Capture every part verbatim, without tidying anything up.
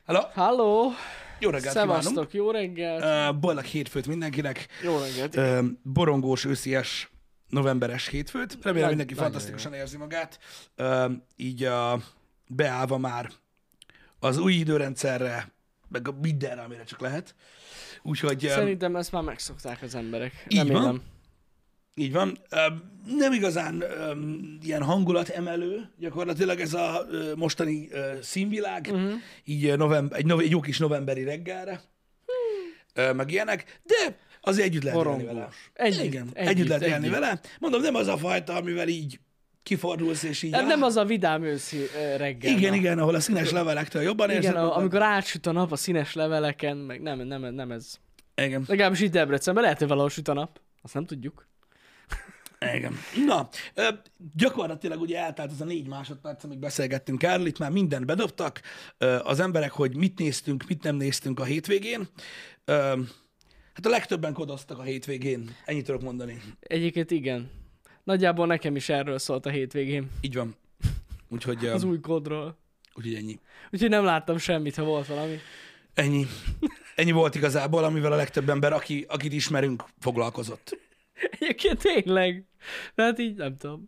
Hello! Halló! Jó reggelt Szevasztok, kívánunk! jó reggelt! Uh, boldog hétfőt mindenkinek! Jó reggelt! Uh, borongós, őszies, novemberes hétfőt. Remélem Nagy- mindenki nagyon fantasztikusan érzi magát. Uh, így uh, beállva már az új időrendszerre, meg a mindenre, amire csak lehet. Úgyhogy uh, Szerintem ezt már megszokták az emberek. Így Remélem. van. így van. Uh, nem igazán um, ilyen hangulat emelő gyakorlatilag ez a uh, mostani uh, színvilág. Uh-huh. Így uh, november, egy, nov- egy jó kis novemberi reggelre. Uh, meg ilyenek, de azért együtt lehet élni vele. Borongós. Együtt, Igen, együtt, együtt, együtt lehet élni együtt. vele. Mondom, nem az a fajta, amivel így kifordulsz, és így... Nem, áh, nem az a vidám őszi ö, reggel. Igen, na. igen, ahol a színes levelektől jobban érzed Igen, a, magad. amikor átsüt a nap a színes leveleken, meg nem, nem, nem ez. Igen, Legalábbis itt Debrecenben lehet, hogy valahol süt a nap. Azt nem tudjuk. igen. Na, ö, gyakorlatilag ugye eltelt az a négy másodperc, amíg beszélgettünk erről, itt már mindent bedobtak ö, az emberek, hogy mit néztünk, mit nem néztünk a hétvégén. Ö, hát a legtöbben kodoztak a hétvégén, ennyit tudok mondani. Egyébként igen. Nagyjából nekem is erről szólt a hétvégén. Így van. Úgyhogy, ö, Az új kódról. úgyhogy ennyi. Úgyhogy nem láttam semmit, ha volt valami. Ennyi. Ennyi volt igazából, amivel a legtöbb ember, aki, akit ismerünk, foglalkozott. Egyébként tényleg. Hát így nem tudom.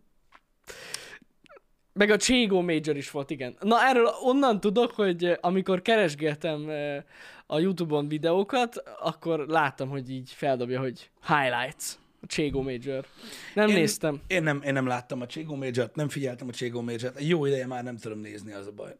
Meg a Cségó Major is volt, igen. Na erről onnan tudok, hogy eh, amikor keresgéltem eh, a YouTube-on videókat, akkor láttam, hogy így feldobja, hogy highlights. A Cségó Major. Nem Én- néztem. Én nem, én nem láttam a Cségó Major-t, nem figyeltem a Cségó Major-t. Jó ideje már nem tudom nézni, az a baj.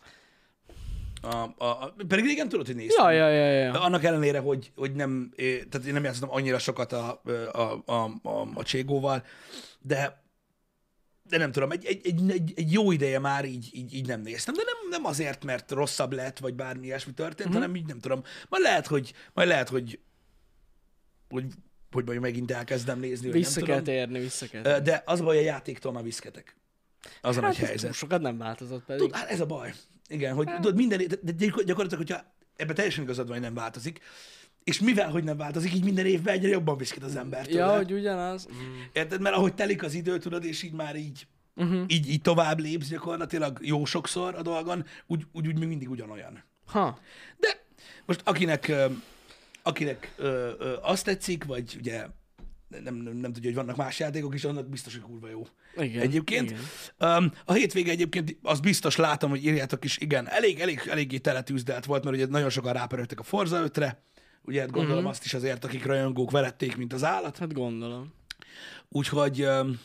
A, a, a, pedig régen tudod, hogy néztem. Ja, ja, ja, ja. Annak ellenére, hogy, hogy nem, eh, tehát én nem játszottam annyira sokat a, a, a, a, a Cségóval, de, de nem tudom, egy, egy, egy, egy, egy jó ideje már így, így, így nem néztem, de nem, nem azért, mert rosszabb lett, vagy bármi ilyesmi történt, uh-huh. hanem így nem tudom. Majd lehet, hogy, majd lehet, hogy, hogy, hogy majd megint elkezdem nézni, vagy Vissza nem kell tudom. térni, vissza kell Ö, térni. De az a baj, a játéktól már viszketek. Az a nagy Hát ez helyzet. túl sokat nem változott pedig. Tud, hát ez a baj. Igen, hogy tudod, minden, de de gyakor- gyakorlatilag, hogyha ebben teljesen igazad van, hogy nem változik, és mivel, hogy nem változik, így minden évben egyre jobban viszket az embertől. Ja, hogy ugyanaz. Mm. Érted? Mert ahogy telik az idő, tudod, és így már így, Uh-huh. így, így tovább lépsz gyakorlatilag jó sokszor a dolgon, úgy, úgy, úgy még mindig ugyanolyan. Ha. De most akinek, ö, akinek ö, ö, azt tetszik, vagy ugye nem, nem, nem tudja, hogy vannak más játékok is, annak biztos, hogy kurva jó. Igen. Egyébként. Igen. Um, a hétvége egyébként azt biztos látom, hogy írjátok is, igen, elég, elég, eléggé teletűzdelt volt, mert ugye nagyon sokan rápörögtek a Forza ötre, ugye hát gondolom Mhm. azt is azért, akik rajongók verették, mint az állat. Hát gondolom. Úgyhogy um,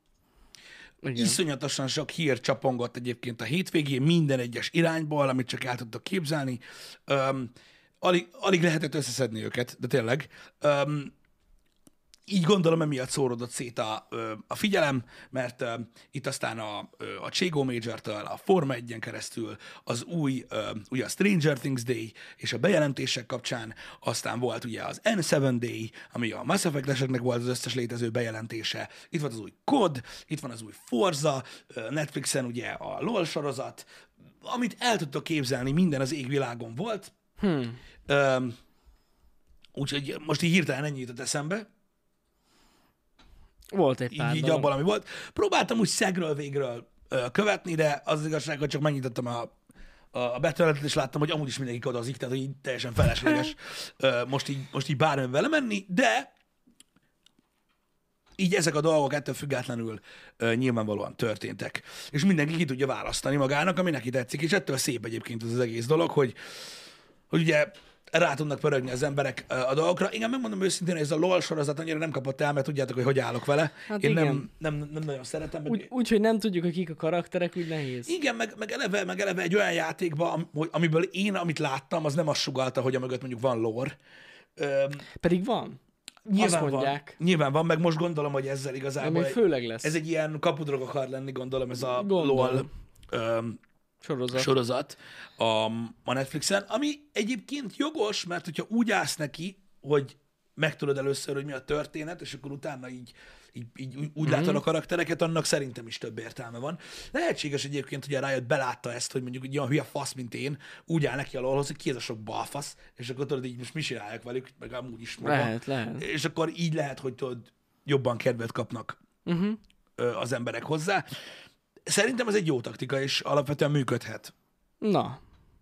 Igen. iszonyatosan sok hír csapongott egyébként a hétvégén, minden egyes irányból, amit csak el tudtok képzelni. Um, alig, alig lehetett összeszedni őket, de tényleg. Um, így gondolom, emiatt szórodott szét a, ö, a figyelem, mert uh, itt aztán a, ö, a Cségó Major-től, a Forma egyen keresztül, az új, uh, ugye a Stranger Things Day és a bejelentések kapcsán, aztán volt ugye az en hét Day, ami a Mass Effect-eseknek volt az összes létező bejelentése, itt van az új kod, itt van az új Forza, uh, Netflixen ugye a LOL sorozat, amit el tudtok képzelni, minden az égvilágon volt. Hmm. Um, úgyhogy most így hirtelen ennyi jutott eszembe, Volt egy így, pár így dolog. abban, ami volt. Próbáltam úgy szegről végről ö, követni, de az, az igazság, hogy csak megnyitottam a, a, a beteletet, és láttam, hogy amúgy is mindenki kodozik, tehát hogy így teljesen felesleges ö, most, így, most így bármivel vele menni, de így ezek a dolgok ettől függetlenül ö, nyilvánvalóan történtek. És mindenki ki tudja választani magának, ami neki tetszik, és ettől szép egyébként ez az egész dolog, hogy, hogy ugye rá tudnak pörögni az emberek ö, a dolgokra. Igen, megmondom őszintén, hogy ez a LOL sorozat annyira nem kapott el, mert tudjátok, hogy hogy állok vele. Hát Én igen. nem, nem, nem nagyon szeretem. Meg... Úgy, úgy, hogy nem tudjuk, hogy kik a karakterek, úgy nehéz. Igen, meg, meg, eleve, meg eleve egy olyan játékban, am- hogy- amiből én, amit láttam, az nem azt sugallta, hogy amögött mondjuk van lore. Öm, Pedig van. nyilván Azt mondják. van. Nyilván van, meg most gondolom, hogy ezzel De igazából még egy, főleg lesz. ez egy ilyen kapudrog akar lenni, gondolom, ez a Gondolom. LOL öm, sorozat. sorozat a, a Netflixen, ami egyébként jogos, mert hogyha úgy állsz neki, hogy megtudod először, hogy mi a történet, és akkor utána így, így, így úgy, úgy látod a karaktereket, annak szerintem is több értelme van. Lehetséges egyébként, hogy a Riot belátta ezt, hogy mondjuk egy olyan hülye fasz, mint én, úgy áll neki a lolhoz, hogy ki ez a sok balfasz, és akkor tudod, így most mi csinálják velük, meg amúgy is maga. Lehet, lehet. És akkor így lehet, hogy tudod, jobban kedvet kapnak Uh-huh. ö, az emberek hozzá. Szerintem ez egy jó taktika, és alapvetően működhet. Na.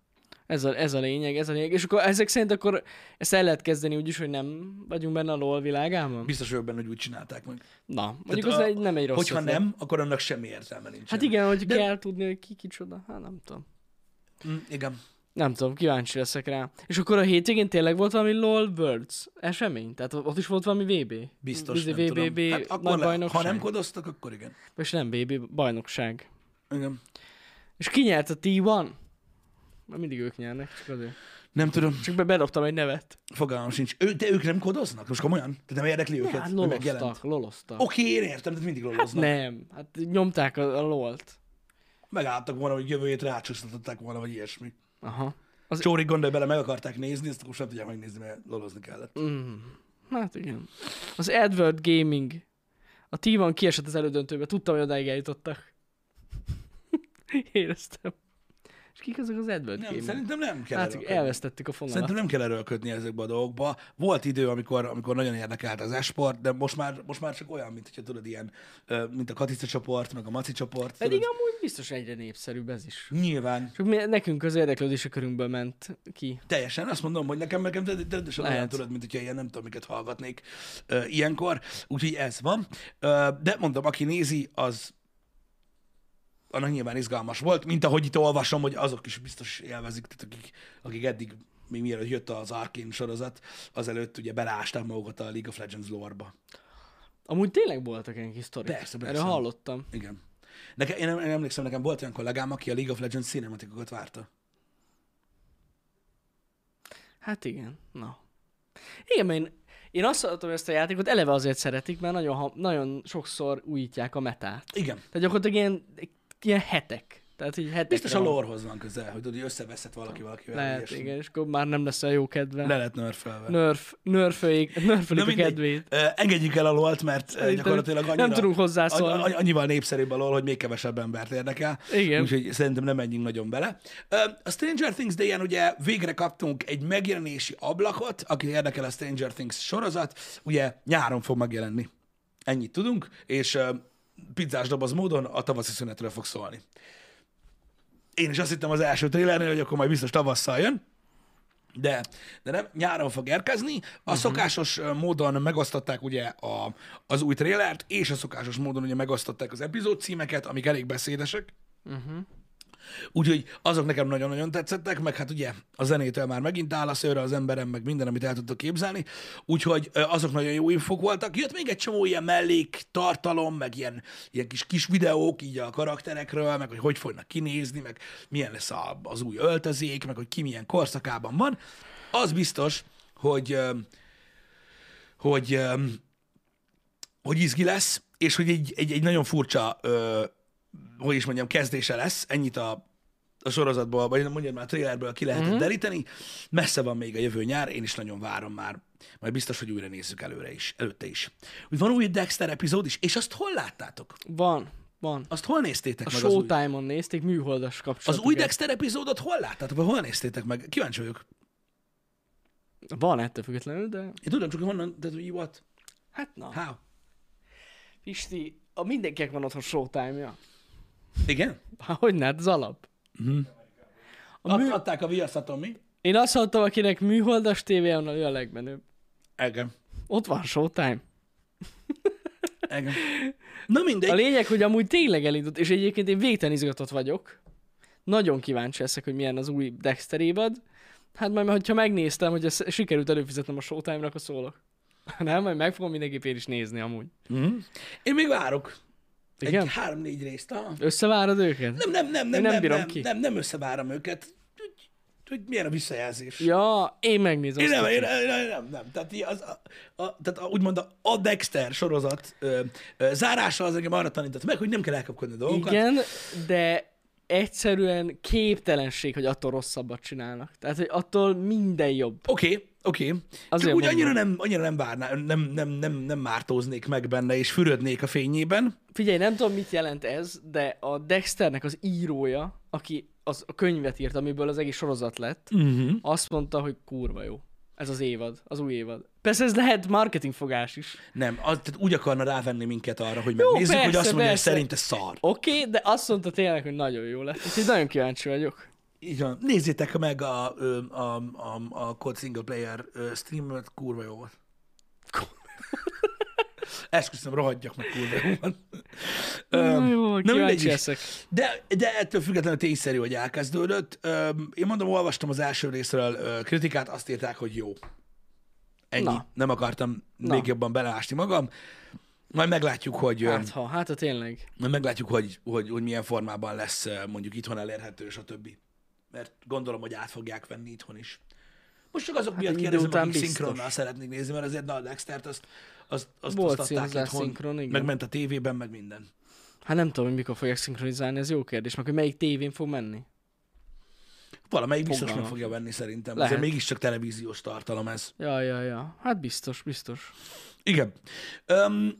Ez a, ez a lényeg, ez a lényeg. És akkor ezek szerint akkor ezt el lehet kezdeni úgy is, hogy nem vagyunk benne a LOL világában? Biztos vagyok benne, hogy úgy csinálták meg. Na, mondjuk Tehát az a, egy, nem egy rossz Hogyha ötlet. nem, akkor annak semmi értelme nincs. Hát igen, hogy De- kell tudni, hogy ki kicsoda. Hát nem tudom. Mm, igen. Nem tudom, kíváncsi leszek rá. És akkor a hétvégén tényleg volt valami LOL Worlds esemény? Tehát ott is volt valami vé bé? Biztos, Vízi nem vé bé tudom. Hát nagy akkor le, bajnokság? ha nem kodoztak, akkor igen. És nem vé bé, bajnokság. Igen. És ki nyert a té egy? Már mindig ők nyernek, csak azért. Nem tudom, Csak be bedobtam egy nevet. fogalmam sincs. Ő, de ők nem kodoznak? Most komolyan? Tehát nem érdekli őket? Hát hogy megjelent? loloztak, loloztak. Oké, én értem, de mindig Hát loloznak. nem, hát nyomták a, a lolt. Megálltak volna, hogy jövő hétre rácsúsztatották volna, vagy ilyesmi. Aha. Az... Csórik gondolj bele, meg akarták nézni, ezt akkor sem tudják megnézni, mert lolozni kellett. Mm. Hát igen. Az Edward Gaming. A té egy kiesett az elődöntőbe, tudtam, hogy odáig eljutottak. Éreztem. És kik azok az Edward Nem, Gaming? szerintem nem kell Hát erről kötni. elvesztettük a fonalat. Szerintem nem kell erről kötni ezekbe a dolgokba. Volt idő, amikor, amikor nagyon érdekelt az esport, de most már, most már csak olyan, mint hogyha tudod, ilyen, ö, mint a Katica csoport, meg a Maci csoport. Pedig tudod? amúgy biztos egyre népszerűbb ez is. Nyilván. Csak mi, nekünk az érdeklődési körünkből ment ki. Teljesen azt mondom, hogy nekem, nekem rendesen olyan Lehet. tudod, mint hogyha ilyen nem tudom, miket hallgatnék uh, ilyenkor. Úgyhogy ez van. Uh, de mondom, aki nézi, az annak nyilván izgalmas volt, mint ahogy itt olvasom, hogy azok is biztos élvezik, tehát akik, akik eddig, még mielőtt jött az Arcane sorozat, azelőtt ugye beleásták magukat a League of Legends lore-ba. Amúgy tényleg voltak ilyen kis sztorik. Persze, persze. Erről hallottam. Igen. Nekem, én, én emlékszem, nekem volt olyan kollégám, aki a League of Legends cinematikokat várta. Hát igen, na. Igen, mert én, én azt hallottam, hogy ezt a játékot eleve azért szeretik, mert nagyon, ha- nagyon sokszor újítják a metát. Igen. Tehát gyakorlatilag ilyen, ilyen hetek. Tehát így hetekre Biztos a van. lorehoz van közel, hogy tudod, hogy összeveszett valaki valakivel. Lehet, ilyesmi. igen, és akkor már nem lesz olyan jó kedve. Le lett nerfelve. Nerf, nerföljék, nerfölik a kedvét. Ö, engedjük el a lolt, mert ö, Szerintem gyakorlatilag annyira, nem tudunk hozzászólni. anny- annyival népszerűbb a lol, hogy még kevesebb embert érdekel. Igen. Úgyhogy szerintem nem menjünk nagyon bele. Ö, A Stranger Things Day-en ugye végre kaptunk egy megjelenési ablakot, aki érdekel a Stranger Things sorozat, ugye nyáron fog megjelenni. Ennyit tudunk, és ö, pizzás doboz módon a tavaszi szünetről fog szólni. Én is azt hittem az első trailernél, hogy akkor majd biztos tavasszal jön, de, de nem, nyáron fog érkezni. A uh-huh. szokásos ö, módon megosztották ugye a, az új trailert, és a szokásos módon ugye megosztották az epizód címeket, amik elég beszédesek. Uh-huh. Úgyhogy azok nekem nagyon-nagyon tetszettek, meg hát ugye a zenétől már megint áll a szőre az emberem, meg minden, amit el tudtok képzelni. Úgyhogy ö, azok nagyon jó infok voltak. Jött még egy csomó ilyen mellék tartalom, meg ilyen, ilyen kis, kis videók így a karakterekről, meg hogy hogy fognak kinézni, meg milyen lesz a, az új öltözék, meg hogy ki milyen korszakában van. Az biztos, hogy, ö, hogy, ö, hogy izgi lesz, és hogy egy, egy, egy nagyon furcsa ö, hogy is mondjam, kezdése lesz, ennyit a, a sorozatból, vagy mondjam már a trailerből ki lehetett uh-huh. deríteni. Messze van még a jövő nyár, én is nagyon várom már. Majd biztos, hogy újra nézzük előre is, előtte is. Úgy van új Dexter epizód is, és azt hol láttátok? Van, van. Azt hol néztétek A meg az új? Showtime-on nézték, műholdas Az kapcsolatot. új Dexter epizódot hol láttátok, vagy hol néztétek meg? Kíváncsi vagyok. Van ettől függetlenül, de... Én tudom csak, hogy honnan, de hogy what? Hát na. How? Pisti, a mindenkinek van otthon Showtime-ja. Igen? Há, hogyne, hát az alap. Uh-huh. A mű... Adták a Viaszaton, mi? Én azt hallottam, akinek műholdas tévé van, ő a legmenőbb. Igen. Ott van Showtime. Igen. Na mindegy. A lényeg, hogy amúgy tényleg elindult, és egyébként én végtelen izgatott vagyok. Nagyon kíváncsi leszek, hogy milyen az új Dexter évad. Hát majd, ha megnéztem, hogy ez sikerült előfizetnem a Showtime-nak, akkor szólok. Nem, majd meg fogom mindenképp én is nézni amúgy. Uh-huh. Én még várok. Igen? Egy három-négy részt. Ah. Összevárod őket? Nem, nem, nem, nem, Én nem nem, bírom nem, ki. nem, nem összevárom őket. Hogy, hogy milyen a visszajelzés. Ja, én megnézem. Én azt nem, a én, kis- nem, nem, nem. Tehát, így az, a, a, tehát a, úgymond a, a Dexter sorozat ö, ö, zárása az engem arra tanított meg, hogy nem kell elkapkodni a dolgokat. Igen, de egyszerűen képtelenség, hogy attól rosszabbat csinálnak. Tehát, hogy attól minden jobb. Oké, okay, oké. Okay. Csak Azért úgy mondom. annyira nem, annyira nem várná, nem, nem, nem, nem mártóznék meg benne, és fürödnék a fényében. Figyelj, nem tudom, mit jelent ez, de a Dexternek az írója, aki az a könyvet írt, amiből az egész sorozat lett, Uh-huh. azt mondta, hogy kurva jó. Ez az évad, az új évad. Persze ez lehet marketingfogás is. Nem, az, tehát úgy akarna rávenni minket arra, hogy Jó, megnézzük, hogy persze, azt mondja, hogy persze. szerint ez szar. Oké, okay, de azt mondta tényleg, hogy nagyon jó lett. Úgyhogy nagyon kíváncsi vagyok. Így van. Nézzétek meg a, ö, a, a, a Code Single Player ö, streamet, kurva jó volt. Esküszöm, rohadjak meg, kurva jó volt. Na jó, Na, kíváncsi mindegy is. leszek. De, de ettől függetlenül tényszerű, hogy elkezdődött. Öm, Én mondom, olvastam az első részről ö, kritikát, azt írták, hogy jó. Ennyi. Na. Nem akartam Na. még jobban beleásni magam. Majd meglátjuk, hogy, ö, Hát ha, hát ha tényleg. majd meglátjuk, hogy, hogy, hogy milyen formában lesz ö, mondjuk itthon elérhető, stb. Mert gondolom, hogy át fogják venni itthon is. Most csak azok Hát miatt egy idő kérdezem, után akik biztos. szinkronnal szeretnék nézni, mert azért na, a Dextert azt, azt, azt, Volt azt adták színzás itthon, szinkron, igen. megment a tévében, meg minden. Hát nem tudom, hogy mikor fogják szinkronizálni, ez jó kérdés. Meg hogy melyik tévén fog menni? Valamelyik biztos meg Fogalmam fogja venni szerintem. Lehet. Azért mégiscsak televíziós tartalom ez. Ja, ja, ja. Hát biztos, biztos. Igen. Um,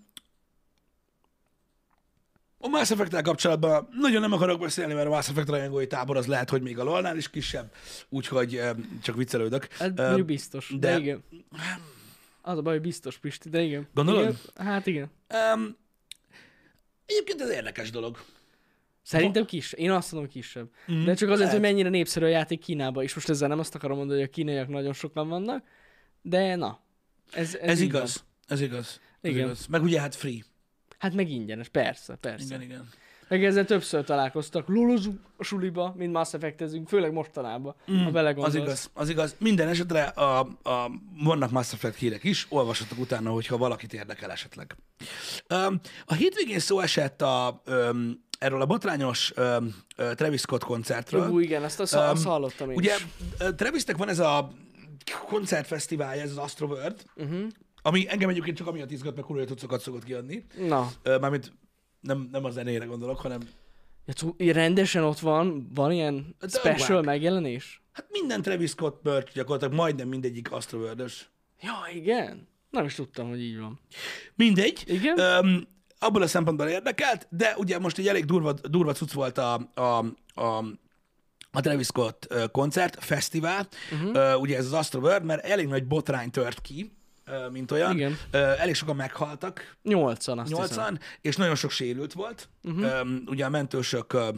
a Mass Effect-tel kapcsolatban nagyon nem akarok beszélni, mert a Mass Effect rajongói tábor az lehet, hogy még a LoL-nál is kisebb, úgyhogy um, csak viccelődök. Hát Um, mondjuk biztos. De... de- de igen. Az a baj, hogy biztos, Pisti, de igen. Gondolod? Igen. Hát igen. Um, egyébként ez érdekes dolog. Szerintem kisebb. Én azt mondom, kisebb. Mm, De csak azért, lehet. hogy mennyire népszerű a játék Kínában, és most ezzel nem azt akarom mondani, hogy a kínaiak nagyon sokan vannak, de na. Ez, ez, Ez így igaz. van. Ez igaz. Ez Igen. igaz. Meg ugye hát free. Hát meg ingyenes, persze, persze. Igen, igen. Meg ezzel többször találkoztak. Lolozunk a suliba, mint Mass Effect-ezünk, főleg mostanában, mm, ha belegondolsz. Az igaz, az igaz. Minden esetre a, a, vannak Mass Effect hírek is, olvassatok utána, hogyha valakit érdekel esetleg. Um, a hétvégén szó esett a, um, erről a botrányos um, uh, Travis Scott koncertről. Ú, igen, azt, azt, Um, azt hallottam én Ugye is. uh, Travisnek van ez a koncertfesztiválja, ez az Astroworld, Uh-huh. ami engem egyébként csak amiatt izgat, mert kurva jó tucokat szokott kiadni. Na, Uh, mármint nem, nem a zenére gondolok, hanem ja, cu- rendesen ott van, van ilyen De special vág. megjelenés? hát minden Travis Scott merch gyakorlatilag majdnem mindegyik Astroworld-ös. Ja, igen. Nem is tudtam, hogy így van. Mindegy. Igen? Öm, abból a szempontból érdekelt, de ugye most egy elég durva, durva cucc volt a, a, a, a Travis Scott ö, koncert, fesztivál, uh-huh. Ö, ugye ez az Astroworld, mert elég nagy botrány tört ki, ö, mint olyan. Igen. Ö, elég sokan meghaltak, Nyolcan, azt hiszem. nyolcan, és nagyon sok sérült volt. Uh-huh. Öm, ugye a mentősök ö,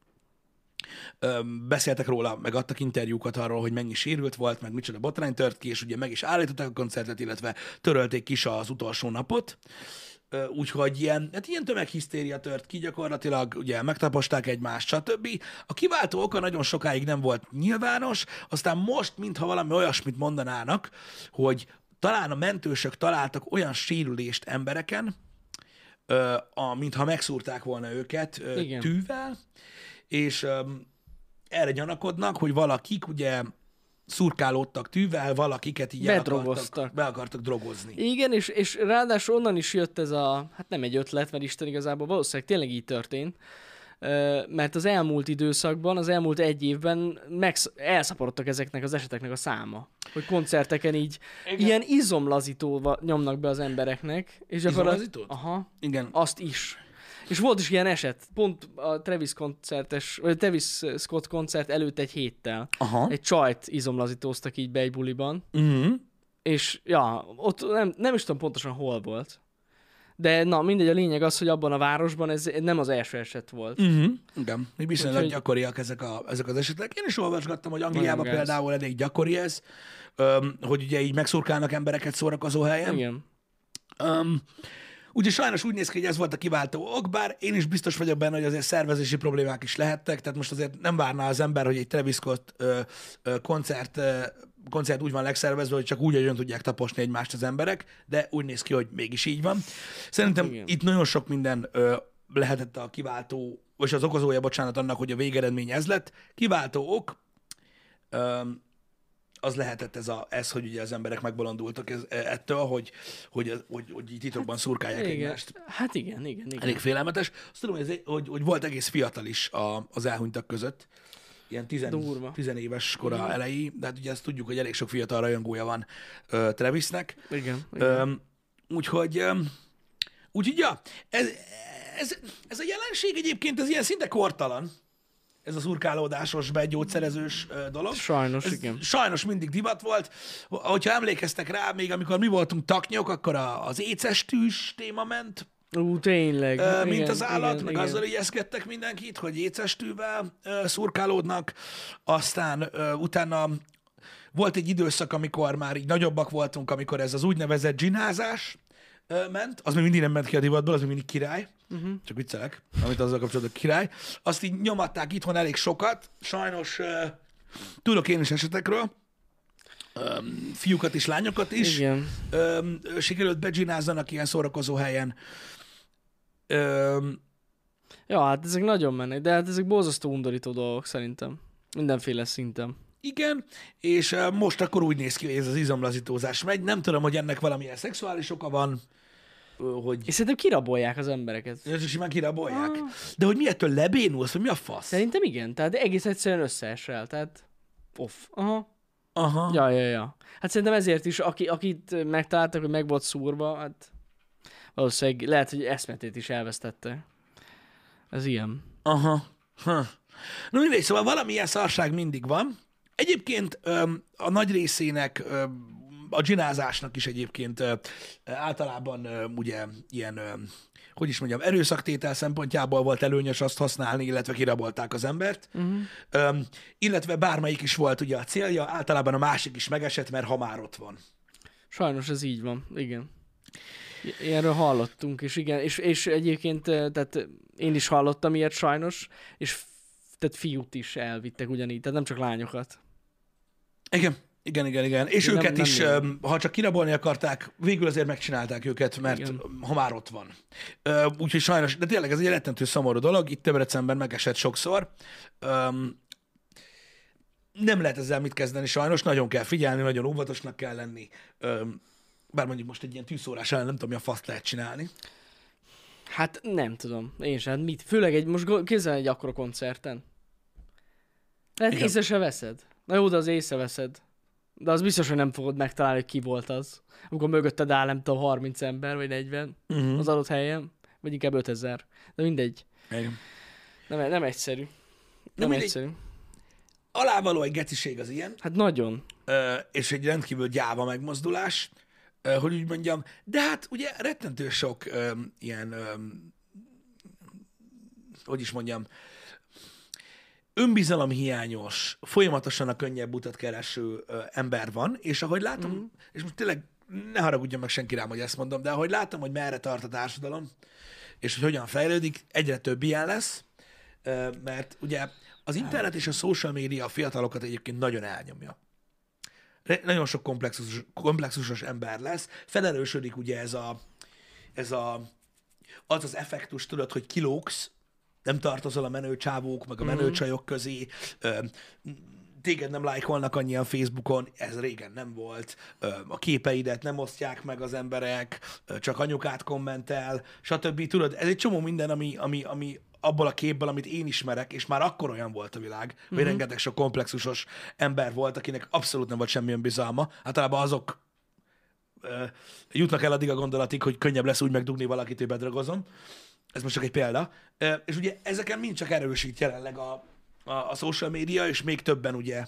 ö, beszéltek róla, meg adtak interjúkat arról, hogy mennyi sérült volt, meg micsoda botrány tört ki, és ugye meg is állították a koncertet, illetve törölték is az utolsó napot. Ö, Úgyhogy ilyen, hát ilyen tömeghisztéria tört ki gyakorlatilag, ugye megtaposták egymást, stb. A kiváltó oka nagyon sokáig nem volt nyilvános, aztán most, mintha valami olyasmit mondanának, hogy talán a mentősök találtak olyan sérülést embereken, ö, a, mintha megszúrták volna őket ö, Igen. tűvel, és ö, erre gyanakodnak, hogy valakik ugye szurkálódtak tűvel, valakiket így el akartak, Bedrogoztak. be akartak drogozni. Igen, és, és ráadásul onnan is jött ez a, hát nem egy ötlet, mert Isten igazából valószínűleg tényleg így történt, Ö, mert az elmúlt időszakban, az elmúlt egy évben megsz- elszaporodtak ezeknek az eseteknek a száma. Hogy koncerteken így Igen. ilyen izomlazítóval nyomnak be az embereknek. És gyakorlatilag- Izomlazítót? Aha, Igen. azt is. És volt is ilyen eset, pont a Travis koncertes, vagy Travis Scott koncert előtt egy héttel. Aha. Egy csajt izomlazítóztak így be egy buliban, Uh-huh. és ja, ott nem, nem is tudom pontosan hol volt. De na, mindegy, a lényeg az, hogy abban a városban ez nem az első eset volt. Uh-huh. Igen. Még viszonylag Úgyhogy- gyakoriak ezek, a, ezek az esetek. Én is olvasgattam, hogy Angliában Nagyon gáz. például elég gyakori ez, öm, hogy ugye így megszurkálnak embereket szórakozó helyen. Igen. Um, ugye sajnos úgy néz ki, hogy ez volt a kiváltó ok, bár én is biztos vagyok benne, hogy azért szervezési problémák is lehettek, tehát most azért nem várná az ember, hogy egy Travis Scott ö, ö, koncert, ö, koncert úgy van legszervezve, hogy csak úgy, hogy tudják taposni egymást az emberek, de úgy néz ki, hogy mégis így van. Szerintem Igen. itt nagyon sok minden ö, lehetett a kiváltó, vagy az okozója, bocsánat, annak, hogy a végeredmény ez lett. Kiváltó ok, ö, az lehetett ez, a, ez, hogy ugye az emberek megbolondultak ez, ettől, hogy, hogy, hogy, hogy így titokban szurkálják Igen. egymást. Hát igen, igen, igen. Elég félelmetes. Azt tudom, hogy, ez, hogy, hogy volt egész fiatal is a, az elhunytak között. Ilyen tizen, Durva. tizenéves kora elejé, de hát ugye ezt tudjuk, hogy elég sok fiatal rajongója van ö, Travisnek. Igen, igen. Ö, úgyhogy, ö, úgyhogy ja, ez, ez, ez a jelenség egyébként, ez ilyen szinte kortalan. Ez az urkálódásos, begyógyszerezős ö, dolog. Sajnos, ez igen. Sajnos mindig divat volt. Hogyha emlékeztek rá, még amikor mi voltunk taknyok, akkor a, az éces tűz téma ment. Ú, tényleg. Ö, mint igen, az állat, igen, meg igen. azzal igyezkedtek mindenkit, hogy écestűvel ö, szurkálódnak, aztán ö, utána volt egy időszak, amikor már így nagyobbak voltunk, amikor ez az úgynevezett zsinázás ö, ment, az még mindig nem ment ki a divatból, az még mindig király, uh-huh. csak viccelek, amit azzal kapcsolatban király. Azt így nyomatták itthon elég sokat, sajnos ö, tudok én is esetekről, ö, fiúkat és lányokat is, Igen. ö, sikerült begzinázzanak ilyen szórakozó helyen. Ö, Ja, hát ezek nagyon mennek, de hát ezek borzasztó undorító dolgok szerintem. Mindenféle szinten. Igen, és uh, most akkor úgy néz ki, hogy ez az izomlazítózás megy. Nem tudom, hogy ennek valamilyen szexuális oka van, uh, hogy És szerintem kirabolják az embereket. ez simán kirabolják. De hogy mi ettől lebénulsz, vagy mi a fasz? Szerintem igen, tehát egész egyszerűen összeesel, tehát off. Aha. Aha. Ja, ja, ja. Hát szerintem ezért is, aki, akit megtaláltak, hogy meg volt szúrva, hát valószínűleg lehet, hogy eszmetét is elvesztette. Ez ilyen. Aha. Ha. Na mindegy, szóval valamilyen szarság mindig van. Egyébként öm, a nagy részének, öm, a dzsinázásnak is egyébként ö, általában öm, ugye ilyen, öm, hogy is mondjam, erőszaktétel szempontjából volt előnyös azt használni, illetve kirabolták az embert. Uh-huh. Öm, illetve bármelyik is volt ugye a célja, általában a másik is megesett, mert ha már ott van. Sajnos ez így van, igen. Ilyenről hallottunk, és igen, és, és egyébként tehát én is hallottam ilyet sajnos, és f- tehát fiút is elvittek ugyanígy, tehát nem csak lányokat. Igen, igen, igen, igen. És Nem- őket nem is, jó. öm, ha csak kirabolni akarták, végül azért megcsinálták őket, mert Igen. ha már ott van. Ö, Úgyhogy sajnos, de tényleg ez egy rettentő szomorú dolog, itt Debrecenben megesett sokszor. Öm, Nem lehet ezzel mit kezdeni sajnos, nagyon kell figyelni, nagyon óvatosnak kell lenni. Öm, Bár mondjuk most egy ilyen tűzszórás ellen nem tudom, mi a faszt lehet csinálni. Hát nem tudom, én sem, hát mit? Főleg egy, most go- képzelj egy akkora koncerten. Tehát Igen. észre se veszed. Na jó, de az észreveszed. De az biztos, hogy nem fogod megtalálni, hogy ki volt az. Amikor mögötted áll, nem tudom, harminc ember, vagy negyven Uh-huh. az adott helyen. Vagy inkább ötezer. De mindegy. Igen. Nem, nem egyszerű. Nem mindegy. egyszerű. Alávaló egy geciség az ilyen, Hát nagyon. ö, és egy rendkívül gyáva megmozdulás, ö, hogy úgy mondjam, de hát ugye rettentő sok ö, ilyen, ö, hogy is mondjam, önbizalomhiányos, folyamatosan a könnyebb utat kereső ö, ember van, és ahogy látom, mm. és most tényleg ne haragudjon meg senki rám, hogy ezt mondom, de ahogy látom, hogy merre tart a társadalom, és hogy hogyan fejlődik, egyre több ilyen lesz, ö, mert ugye az internet és a social media a fiatalokat egyébként nagyon elnyomja. Re- nagyon sok komplexus, komplexusos ember lesz, felerősödik ugye ez a, ez a, az az effektus, tudod, hogy kilógsz, nem tartozol a menő csávók, meg a menő csajok közé, ö, téged nem lájkolnak annyian Facebookon, ez régen nem volt, ö, a képeidet nem osztják meg az emberek, ö, csak anyukát kommentel, stb. Tudod, ez egy csomó minden, ami, ami, ami abból a képből, amit én ismerek, és már akkor olyan volt a világ, hogy Mhm. rengeteg sok komplexusos ember volt, akinek abszolút nem volt semmilyen bizalma. Általában azok ö, jutnak el addig a gondolatig, hogy könnyebb lesz úgy megdugni valakit, hogy bedragozom. Ez most csak egy példa. Ö, És ugye ezeken mind csak erősít jelenleg a, a, a social media, és még többen ugye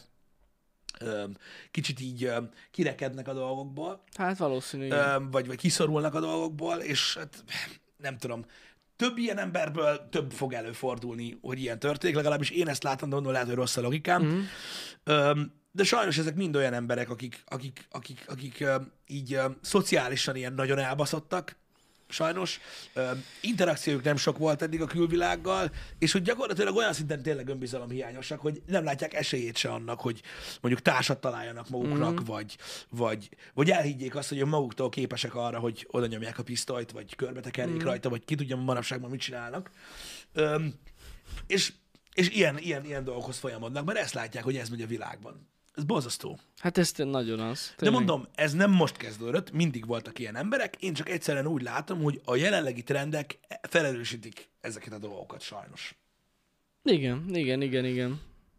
ö, kicsit így ö, kirekednek a dolgokból, Hát valószínű. igen. ö, vagy, vagy kiszorulnak a dolgokból, és hát, nem tudom, több ilyen emberből több fog előfordulni, hogy ilyen történik, legalábbis én ezt látom, de mondom, lehet, hogy rossz a logikám. Mhm. Ö, De sajnos ezek mind olyan emberek, akik, akik, akik, akik ö, így ö, szociálisan ilyen nagyon elbaszottak, sajnos. Ö, interakciójuk nem sok volt eddig a külvilággal, és hogy gyakorlatilag olyan szinten tényleg önbizalomhiányosak, hogy nem látják esélyét se annak, hogy mondjuk társat találjanak maguknak, mm. vagy, vagy, vagy elhiggyék azt, hogy maguktól képesek arra, hogy oda nyomják a pisztolyt, vagy körbetekerjék mm. rajta, vagy ki tudja manapságban mit csinálnak. Ö, és és ilyen, ilyen, ilyen dolgokhoz folyamodnak, mert ezt látják, hogy ez megy a világban. Ez borzasztó. Hát ez nagyon az. De Tényleg. mondom, ez nem most kezdődött, mindig voltak ilyen emberek, én csak egyszerűen úgy látom, hogy a jelenlegi trendek felerősítik ezeket a dolgokat sajnos. Igen, igen, igen, igen.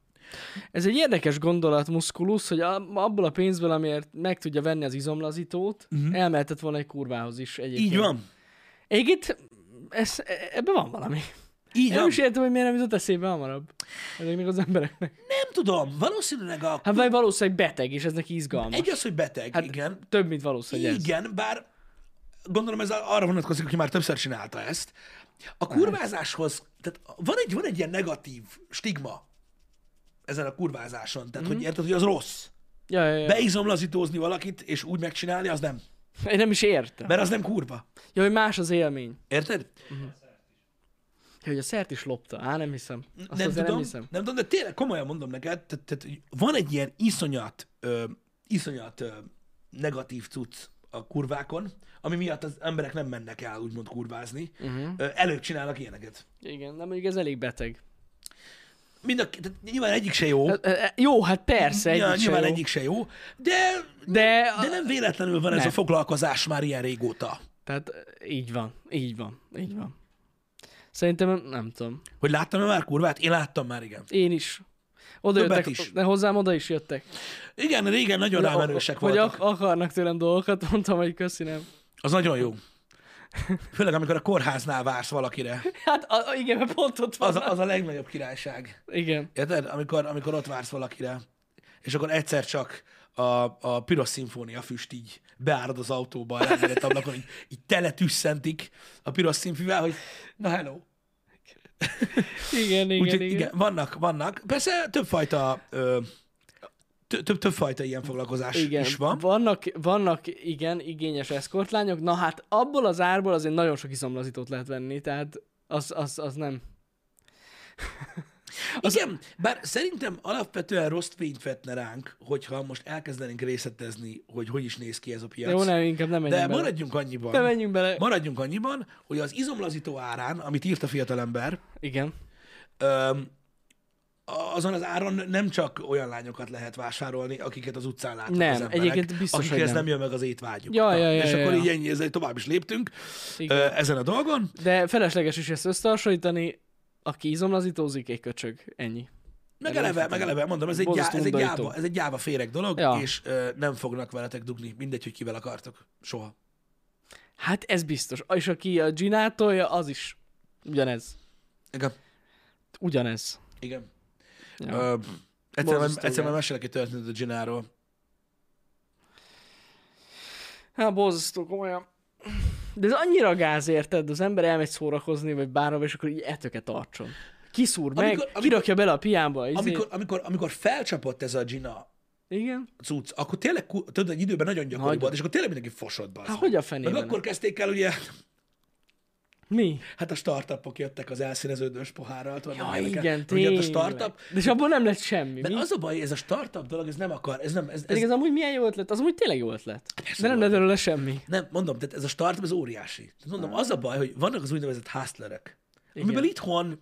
Ez egy érdekes gondolat, Musculus, hogy a- abból a pénzből, amiért meg tudja venni az izomlazítót, uh-huh. elmehetett volna egy kurvához is egyébként. Így van. Egyébként ez, e- ebben van valami. Így Nem van. is értem, hogy miért nem jutott eszébe hamarabb ezeknek az embereknek. Nem tudom, valószínűleg a... Hát vagy valószínűleg beteg, és ez neki izgalmas. Egy az, hogy beteg, Hát igen. több, mint valószínűleg ez. Igen, bár gondolom ez arra vonatkozik, hogy már többször csinálta ezt. A kurvázáshoz, tehát van egy, van egy ilyen negatív stigma ezen a kurvázáson, tehát Mhm. hogy érted, hogy az rossz. Ja, ja, ja. Beizomlazítózni valakit, és úgy megcsinálni, az nem. Én nem is értem. Mert az nem kurva. Ja, hogy más az élmény. Érted? Ja, hogy a szert is lopta. Á, nem hiszem. Azt nem azért tudom, nem hiszem. nem tudom, de tényleg komolyan mondom neked, tehát, tehát hogy van egy ilyen iszonyat, ö, iszonyat ö, negatív cucc a kurvákon, ami miatt az emberek nem mennek el úgymond kurvázni. Uh-huh. Ö, előbb csinálnak ilyeneket. Igen, de mondjuk ez elég beteg. Mind a, tehát nyilván egyik se jó. E- e- Jó, hát persze, egyik Ja, sem nyilván jó. egyik se jó, de, De, de nem véletlenül van ez nem. a foglalkozás már ilyen régóta. Tehát így van, így van, így van. Szerintem nem tudom. Hogy láttam-e már kurvát? Én láttam már, igen. Én is. Oda Többet jöttek, is. de hozzám oda is jöttek. Igen, régen nagyon De- rámenősek hogy voltak. ak- akarnak tőlem dolgokat, mondtam, hogy köszi, nem. Az nagyon jó. Főleg, amikor a kórháznál vársz valakire. Hát a, a, igen, mert pont ott van. Az a, az a legnagyobb királyság. Igen. Érted? Amikor, amikor ott vársz valakire, és akkor egyszer csak a, a piros szimfónia füst így beárad az autóba, a rendezett ablakon, így, így tele tüsszentik a piros színfüvel, hogy na hello. Igen, igen, Úgyhogy igen. igen, vannak, vannak. Persze többfajta, ö, tö- több, többfajta ilyen foglalkozás Igen, is van. Vannak, vannak, igen, igényes eszkortlányok, na hát abból az árból azért nagyon sok izomlazítót lehet venni, tehát az, az, az nem. Az... Igen, bár szerintem alapvetően rossz fényt vetne ránk, hogyha most elkezdenénk részletezni, hogy hogy is néz ki ez a piac. Jó, nem, inkább nem menjünk De bele. maradjunk annyiban, Nem menjünk bele. maradjunk annyiban, hogy az izomlazító árán, amit írt a fiatalember, Igen. öm, azon az áron nem csak olyan lányokat lehet vásárolni, akiket az utcán látnak Nem, az emberek, egyébként biztos, hogy akikhez nem. nem jön meg az étvágyuk. Ja, Na, ja, ja, és ja, akkor ja. így ennyi, ezzel tovább is léptünk Igen. ö, ezen a dolgon. De felesleges is ezt összehasonlítani, aki izomlazítózik, egy köcsög, ennyi. Meg eleve, meg eleve, mondom, ez egy, gyá, Borzasztó ez egy, undorító. gyáva, ez egy gyáva féreg dolog, Ja. és ö, nem fognak veletek dugni, mindegy, hogy kivel akartok. Soha. Hát ez biztos. És aki a ginátolja, az is ugyanez. Igen. Ugyanez. Igen. Ja. Ö, egyszer, Borzasztó, egyszer igen. már mesélek egy történetet a Gináról. Hát borzasztó, komolyan. De ez annyira gáz, érted? Az ember elmegy szórakozni, vagy bárhova, és akkor így etőket tartson. Kiszúr meg, Amikor- amikor- kirakja bele a piámba. Izé. Amikor, amikor, amikor felcsapott ez a Gina Igen? cucc, akkor tényleg, ku- tudod, egy időben nagyon gyakori Nagyon. volt, és akkor tényleg mindenki fosott be. Hát hogy a fenében? Meg akkor kezdték el, ugye, Mi? hát a startupok jöttek az elszíneződős pohárral. Tudod, Ja, meg ilyenekkel. igen, Ugye hát a tényleg. startup, De és abból nem lett semmi. mert Mi? az a baj, ez a startup dolog, ez nem akar, ez nem, ez, ez Pedig ez amúgy milyen jó ötlet? Az amúgy tényleg jó ötlet. Persze De nem jó lett belőle semmi. nem, mondom, tehát ez a startup, ez óriási. Tehát mondom, az a baj, hogy vannak az úgynevezett hustlerek, Igen. amiből itthon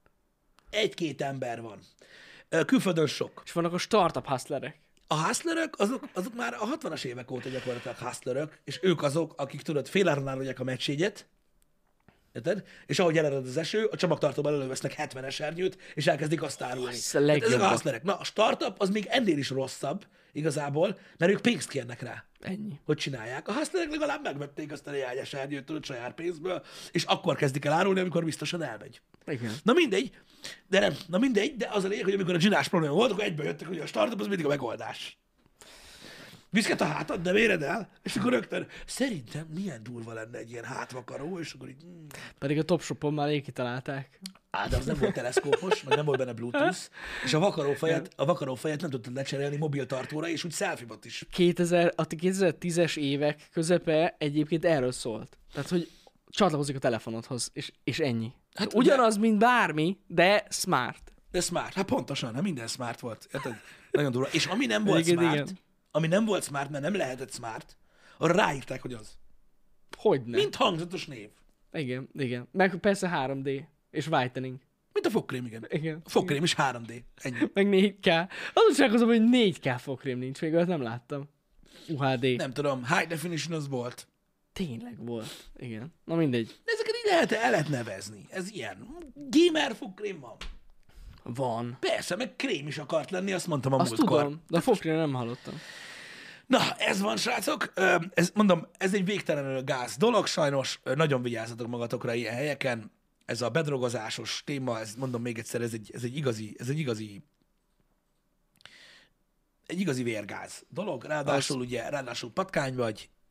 egy-két ember van. Ö, Külföldön sok. És vannak a startup hustlerek. A hustlerök, azok, azok már a hatvanas évek óta gyakorlatilag hustlerök, és ők azok, akik tudod, féláron árulják a meccsjegyet, érted? És ahogy elered az eső, a csomagtartóban elővesznek hetven esernyőt, és elkezdik azt árulni. Az a Tehát ezek a legjobbak. hustlerek. Na, a startup az még ennél is rosszabb, igazából, mert ők pénzt kérnek rá, Ennyi. hogy csinálják. A hustlerek legalább megvették azt a néhány esernyőt, tudod, saját pénzből, és akkor kezdik el árulni, amikor biztosan elmegy. Igen. Na mindegy, de nem, na mindegy, de az a lényeg, hogy amikor a zsinás probléma volt, akkor egybe jöttek, hogy a startup az mindig a megoldás. Viszket a hátad, nem éred el? És akkor rögtön, szerintem milyen durva lenne egy ilyen hátvakaró, és akkor így, mm. Pedig a Topshopon már rég kitalálták. Á, de az nem volt teleszkópos, meg nem volt benne Bluetooth, és a vakarófejet, a vakarófejet nem tudtad lecserélni mobiltartóra, és úgy selfie-bot is. kétezer, a kétezer-tízes évek közepe egyébként erről szólt. Tehát, hogy csatlakozik a telefonodhoz, és, és ennyi. Hát Hát ugyanaz, mint bármi, de smart. De smart, hát pontosan, hát minden smart volt. Érted? Nagyon durva. És ami nem volt Igen, smart, igen. ami nem volt smart, mert nem lehetett smart, arra ráírták, hogy az. Hogyne. Mint hangzatos név. Igen, igen. Meg persze három dé és whitening. Mint a fogkrém, igen. Igen. A fogkrém is három dé. Ennyi. Meg négy ká. Az úgy csodálkozom, hogy négy ká fogkrém nincs, még azt nem láttam. u há dé. Nem tudom, high definition az volt. Tényleg volt. Igen. Na mindegy. De ezeket így lehet, el lehet nevezni. Ez ilyen. Gamer fogkrém van. Van. Persze, meg krém is akart lenni, azt mondtam a Azt múltkor. tudom, de a fogkrémre nem hallottam. Na, ez van, srácok. Ö, Ez, mondom, ez egy végtelenül gáz dolog, sajnos. Ö, Nagyon vigyázzatok magatokra ilyen helyeken. Ez a bedrogozásos téma, ez, mondom még egyszer, ez egy, ez egy igazi, ez egy igazi egy igazi vérgáz dolog. Ráadásul ugye, ráadásul patkány vagy,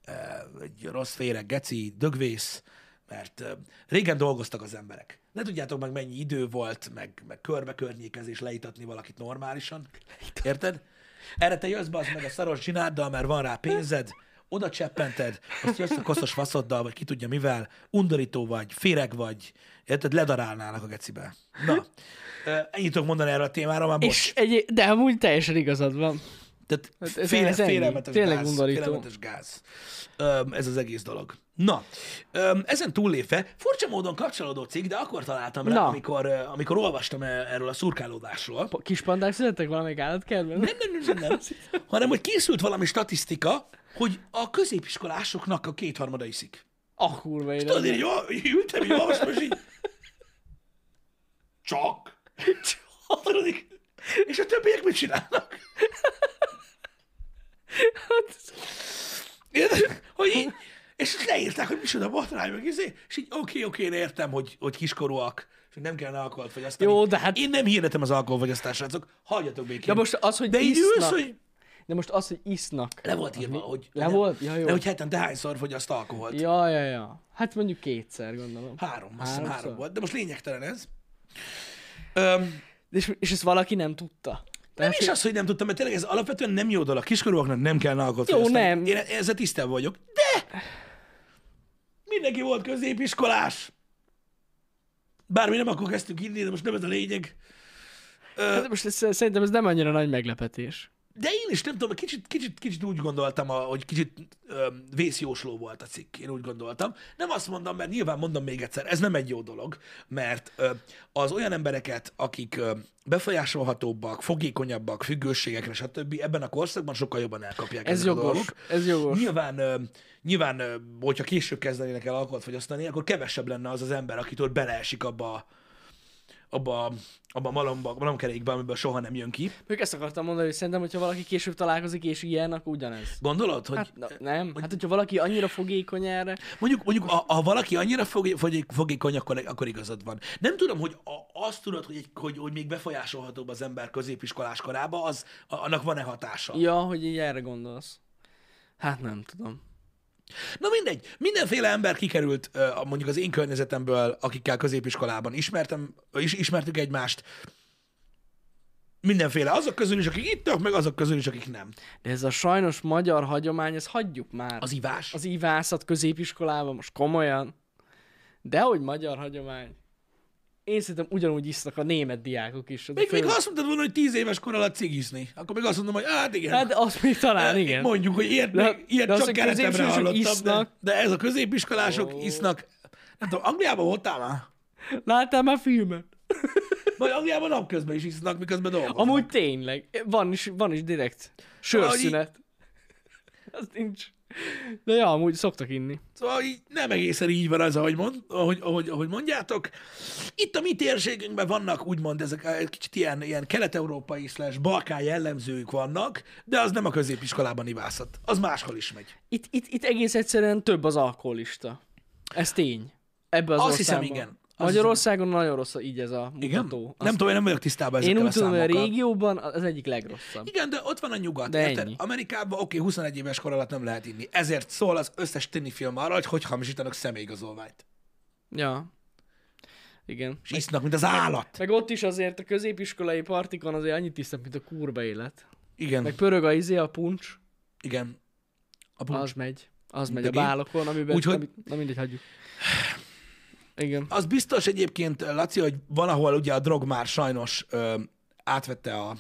egy rossz féreg, geci, dögvész, mert régen dolgoztak az emberek. Ne tudjátok meg, mennyi idő volt, meg, meg körbe-környékezés leítatni valakit normálisan. Érted? Erre te jössz be, az meg a szaros csináddal, mert van rá pénzed, oda cseppented, azt jössz a koszos faszoddal, vagy ki tudja mivel, undorító vagy, féreg vagy, érted? Ledarálnának a gecibe. Na, ennyit tudok mondani erről a témáról, már És egy, de amúgy teljesen igazad van. Tehát Hát ez- féle, ez ennyi. félelmetes Tényleg gáz. undorító. Félelmetes gáz. Öm, ez az egész dolog. Na, öm, ezen túllépve, furcsa módon kapcsolódó cikk, de akkor találtam rá, Na. amikor, ö, amikor olvastam e- erről a szurkálódásról. Kis pandák születtek valamelyik állatkertben? Nem, nem, nem, nem, nem. Hanem, hogy készült valami statisztika, hogy a középiskolásoknak a kétharmada iszik. Ah, kurva élet. Tudod, én így ol- így ültem, így olvastam, és így... Csak. Tudod, így- és a többiek mit csinálnak? Érted? Hogy így, és leírták, hogy micsoda botrány, meg izé, és így oké, okay, oké, okay, én értem, hogy, hogy kiskorúak, és hogy nem kellene alkoholt fogyasztani. Jó, de hát- Én nem hirdetem az alkoholfogyasztást, srácok, hagyjatok békén. De most az, hogy de így isznak. ülsz, hogy De most az, hogy isznak. le volt írva, hogy... Le hogy- volt? Ja, jó. De hogy hetente hányszor fogyaszt alkoholt? Ja, ja, ja. Hát mondjuk kétszer, gondolom. Három, azt hiszem Háromszor? három volt, de most lényegtelen ez. Öm, És, és ezt valaki nem tudta. nem is az, hogy nem tudtam, mert tényleg ez alapvetően nem jó dolog. Kiskorúaknak nem kell alkoholt Jó, fogyasztani. nem. Én ezzel tisztában vagyok. De! Mindenki volt középiskolás. Bármi nem akkor kezdtük inni, de most nem ez a lényeg. Ö, Hát most ez, szerintem ez nem annyira nagy meglepetés. de én is nem tudom, kicsit, kicsit, kicsit úgy gondoltam, a- hogy kicsit ö, vészjósló volt a cikk. Én úgy gondoltam. Nem azt mondom, mert nyilván mondom még egyszer, ez nem egy jó dolog, mert ö, az olyan embereket, akik ö, befolyásolhatóbbak, fogékonyabbak, függőségekre, stb. Ebben a korszakban sokkal jobban elkapják Ez ezek a jogos. dolgok. Ez jogos. Nyilván, ö, nyilván ö, hogyha később kezdenének el alkoholt fogyasztani, akkor kevesebb lenne az az ember, akitől beleesik abba, a- abba, abba a malomba, a malomkerékbe, amiből soha nem jön ki. Ők ezt akartam mondani, hogy szerintem, hogyha valaki később találkozik és ilyen, akkor ugyanez. Gondolod, hogy Hát na, nem, hát hogyha valaki annyira fogékony erre, mondjuk, mondjuk ha, ha valaki annyira fogé, fogé, fogékony, akkor, akkor igazad van. Nem tudom, hogy a, azt tudod, hogy, egy- hogy, hogy még befolyásolhatóbb az ember középiskolás korában, az, a- annak van-e hatása? ja, hogy így erre gondolsz. Hát nem tudom. Na mindegy, mindenféle ember kikerült ö, a- mondjuk az én környezetemből, akikkel középiskolában ismertem, is, ismertük egymást. Mindenféle, azok közül is, akik ittak, meg azok közül is, akik nem. De ez a sajnos magyar hagyomány, ezt hagyjuk már. Az ivás. Az ivászat középiskolában, most komolyan. Dehogy magyar hagyomány. Én szerintem ugyanúgy isznak a német diákok is. Még, még ha azt mondtad volna, hogy tíz éves kor alatt cigizni, akkor még azt mondom, hogy hát igen. Hát de azt még talán, igen. Mondjuk, hogy ilyet, De- még, ilyet de az, csak hogy keretemre középsősök hallottam, de, isznak. de ez a középiskolások Ó. isznak. Nem tudom, Angliában voltál már? Láttál már filmet? Vagy Angliában napközben is isznak, miközben dolgoznak. Amúgy tényleg. Van is, van is direkt. Sörszünet. Az nincs. De ja, amúgy szoktak inni. Szóval így nem egészen így van az, ahogy, mond, ahogy, ahogy, ahogy mondjátok. Itt a mi térségünkben vannak úgymond ezek a kicsit ilyen, ilyen kelet-európai slash balkán jellemzők vannak, de az nem a középiskolában ivászat. Az máshol is megy. Itt, itt, itt egész egyszerűen több az alkoholista. Ez tény. Ebbe az Azt országban. hiszem, igen. Azt Magyarországon nagyon rossz így ez a Igen? mutató. Nem Azt- tudom, én nem vagyok tisztában Én ezekkel úgy a tudom, hogy a számokkal. régióban az egyik legrosszabb. Igen, de ott van a nyugat. De érted? ennyi. Amerikában oké, huszonegy éves kor alatt nem lehet inni. Ezért szól az összes tini film arra, hogy hogy hamisítanak személyigazolványt. Ja. Igen. És isznak, mint az állat. Meg ott is azért a középiskolai partikon azért annyit isznak, mint a kurva élet. Igen, Meg pörög a izé, a puncs, igen. A puncs. az megy. Az megy De a mi? bálokon, amiben... Úgyhogy- ami- Na mindegy, hagyjuk. Igen. Az biztos egyébként, Laci, hogy valahol ugye a drog már sajnos ö, átvette a,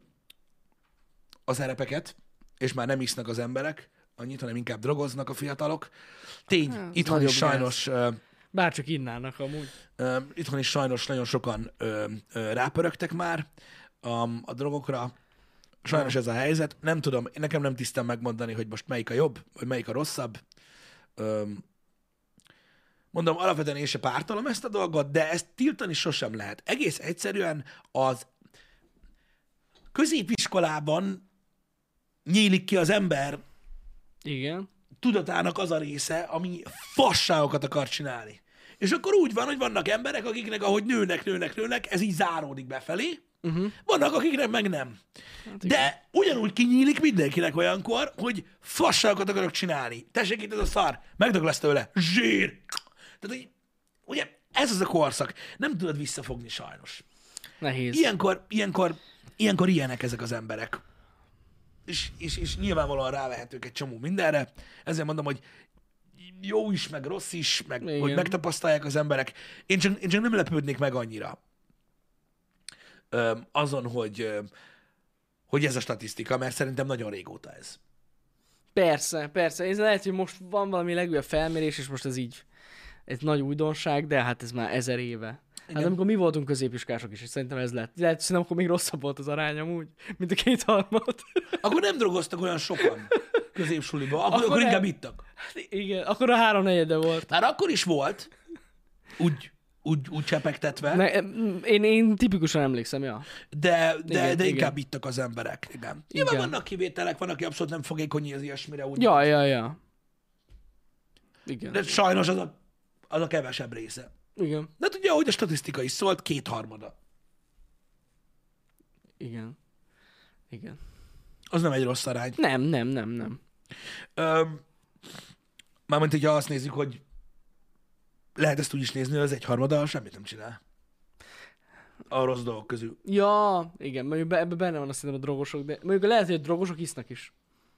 a szerepeket, és már nem isznak az emberek annyit, hanem inkább drogoznak a fiatalok. Tény, Hát, itthon nagyobb is sajnos, ö, Bárcsak innának amúgy. ö, itthon is sajnos nagyon sokan ö, ö, rápörögtek már a, a drogokra. Sajnos ez a helyzet. Nem tudom, nekem nem tisztem megmondani, hogy most melyik a jobb, vagy melyik a rosszabb. Ö, Mondom, alapvetően én se pártolom ezt a dolgot, de ezt tiltani sosem lehet. Egész egyszerűen az középiskolában nyílik ki az ember Igen. tudatának az a része, ami fasságokat akar csinálni. És akkor úgy van, hogy vannak emberek, akiknek ahogy nőnek, nőnek, nőnek, ez így záródik befelé, Uh-huh. Vannak, akiknek meg nem. Hát igen. De ugyanúgy kinyílik mindenkinek olyankor, hogy fasságokat akarok csinálni. Tessék itt ez a szar, megdög lesz tőle. Zsír! Tehát, hogy, ugye, ez az a korszak. Nem tudod visszafogni sajnos. Nehéz. Ilyenkor, ilyenkor, ilyenkor ilyenek ezek az emberek. És, és, és nyilvánvalóan rávehetők egy csomó mindenre. Ezért mondom, hogy jó is, meg rossz is, meg Igen. hogy megtapasztalják az emberek. Én csak, én csak nem lepődnék meg annyira ö, azon, hogy, ö, hogy ez a statisztika, mert szerintem nagyon régóta ez. Persze, persze. Ez lehet, hogy most van valami legújabb felmérés, és most ez így egy nagy újdonság, de hát ez már ezer éve. Hát Igen. amikor mi voltunk középiskások is, és szerintem ez lett. Lehet, szerintem akkor még rosszabb volt az arány amúgy, mint a kétharmad. Akkor nem drogoztak olyan sokan középsuliba, akkor, akkor, akkor nem. inkább ittak. Igen, akkor a három negyede volt. Már akkor is volt, úgy, úgy, úgy csepegtetve, Ne, én, én tipikusan emlékszem, ja. de, de, Igen, de inkább igen. ittak az emberek. Igen. Nyilván Igen. vannak kivételek, van, aki abszolút nem fogékony az ilyesmire. Úgy Ja, ja, ja. Igen. De sajnos az a, az a kevesebb része. Igen. De tudja, ahogy a statisztika is szólt, kétharmada. Igen. Igen. Az nem egy rossz arány. Nem, nem, nem, nem. Öm, mármint, hogyha azt nézzük, hogy lehet ezt úgy is nézni, hogy az egyharmada semmit nem csinál. A rossz dolgok közül. Ja, igen, mondjuk be, ebben benne van azt hiszem a drogosok, de mondjuk lehet, hogy a drogosok isznak is.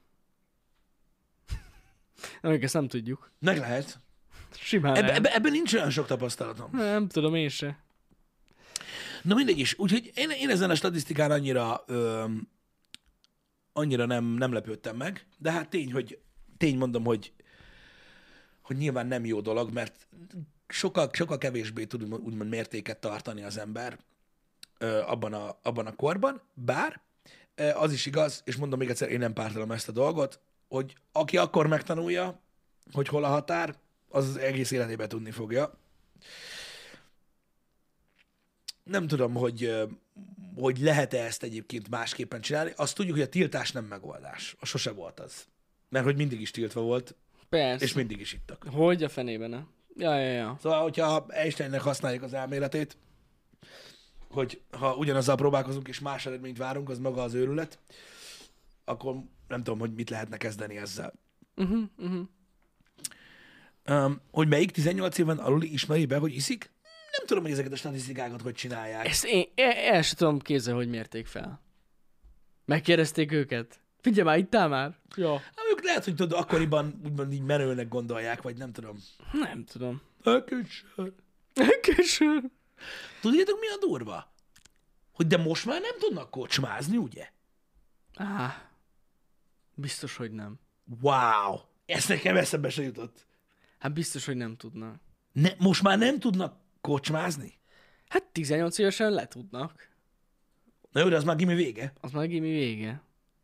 Mondjuk ezt nem tudjuk. Meg lehet. Simán Ebbe, lehet. ebbe, ebben nincs olyan sok tapasztalatom. Nem tudom én se. Na mindegy is. Úgyhogy én, én ezen a statisztikán annyira, öm, annyira nem, nem lepődtem meg, de hát tény, hogy tény mondom, hogy, hogy nyilván nem jó dolog, mert sokkal, sokkal kevésbé tud úgymond mértéket tartani az ember ö, abban, a, abban a korban, bár ö, az is igaz, és mondom még egyszer, én nem pártolom ezt a dolgot, hogy aki akkor megtanulja, hogy hol a határ, az az egész életében tudni fogja. Nem tudom, hogy, ö, hogy lehet-e ezt egyébként másképpen csinálni. Azt tudjuk, hogy a tiltás nem megoldás. A sose volt az. Mert hogy mindig is tiltva volt, Persze. és mindig is ittak. Hogy a fenében ne? Ja, ja, ja. Szóval, hogyha Einsteinnek használjuk az elméletét, hogy ha ugyanazzal próbálkozunk és más eredményt várunk, az maga az őrület, akkor nem tudom, hogy mit lehetne kezdeni ezzel. Uh-huh, uh-huh. Um, hogy melyik tizennyolc éven aluli ismeri be, hogy iszik? Nem tudom, hogy ezeket a statisztikákat hogy csinálják. Ezt én, én el sem tudom kézzel, hogy mérték fel. Megkérdezték őket. Figyelj már, ittál már? Ja. Hát, ők lehet, hogy tudod, akkoriban úgymond így merőnek gondolják, vagy nem tudom. Nem tudom. Elkösör. Köszönöm. Tudjátok, mi a durva? Hogy de most már nem tudnak kocsmázni, ugye? Á, biztos, hogy nem. Wow! Ezt nekem eszembe se jutott. Hát biztos, hogy nem tudnak. Ne, most már nem tudnak kocsmázni? Hát tizennyolc évesen le tudnak. Na jó, de az már gimi vége. Az már gimi vége.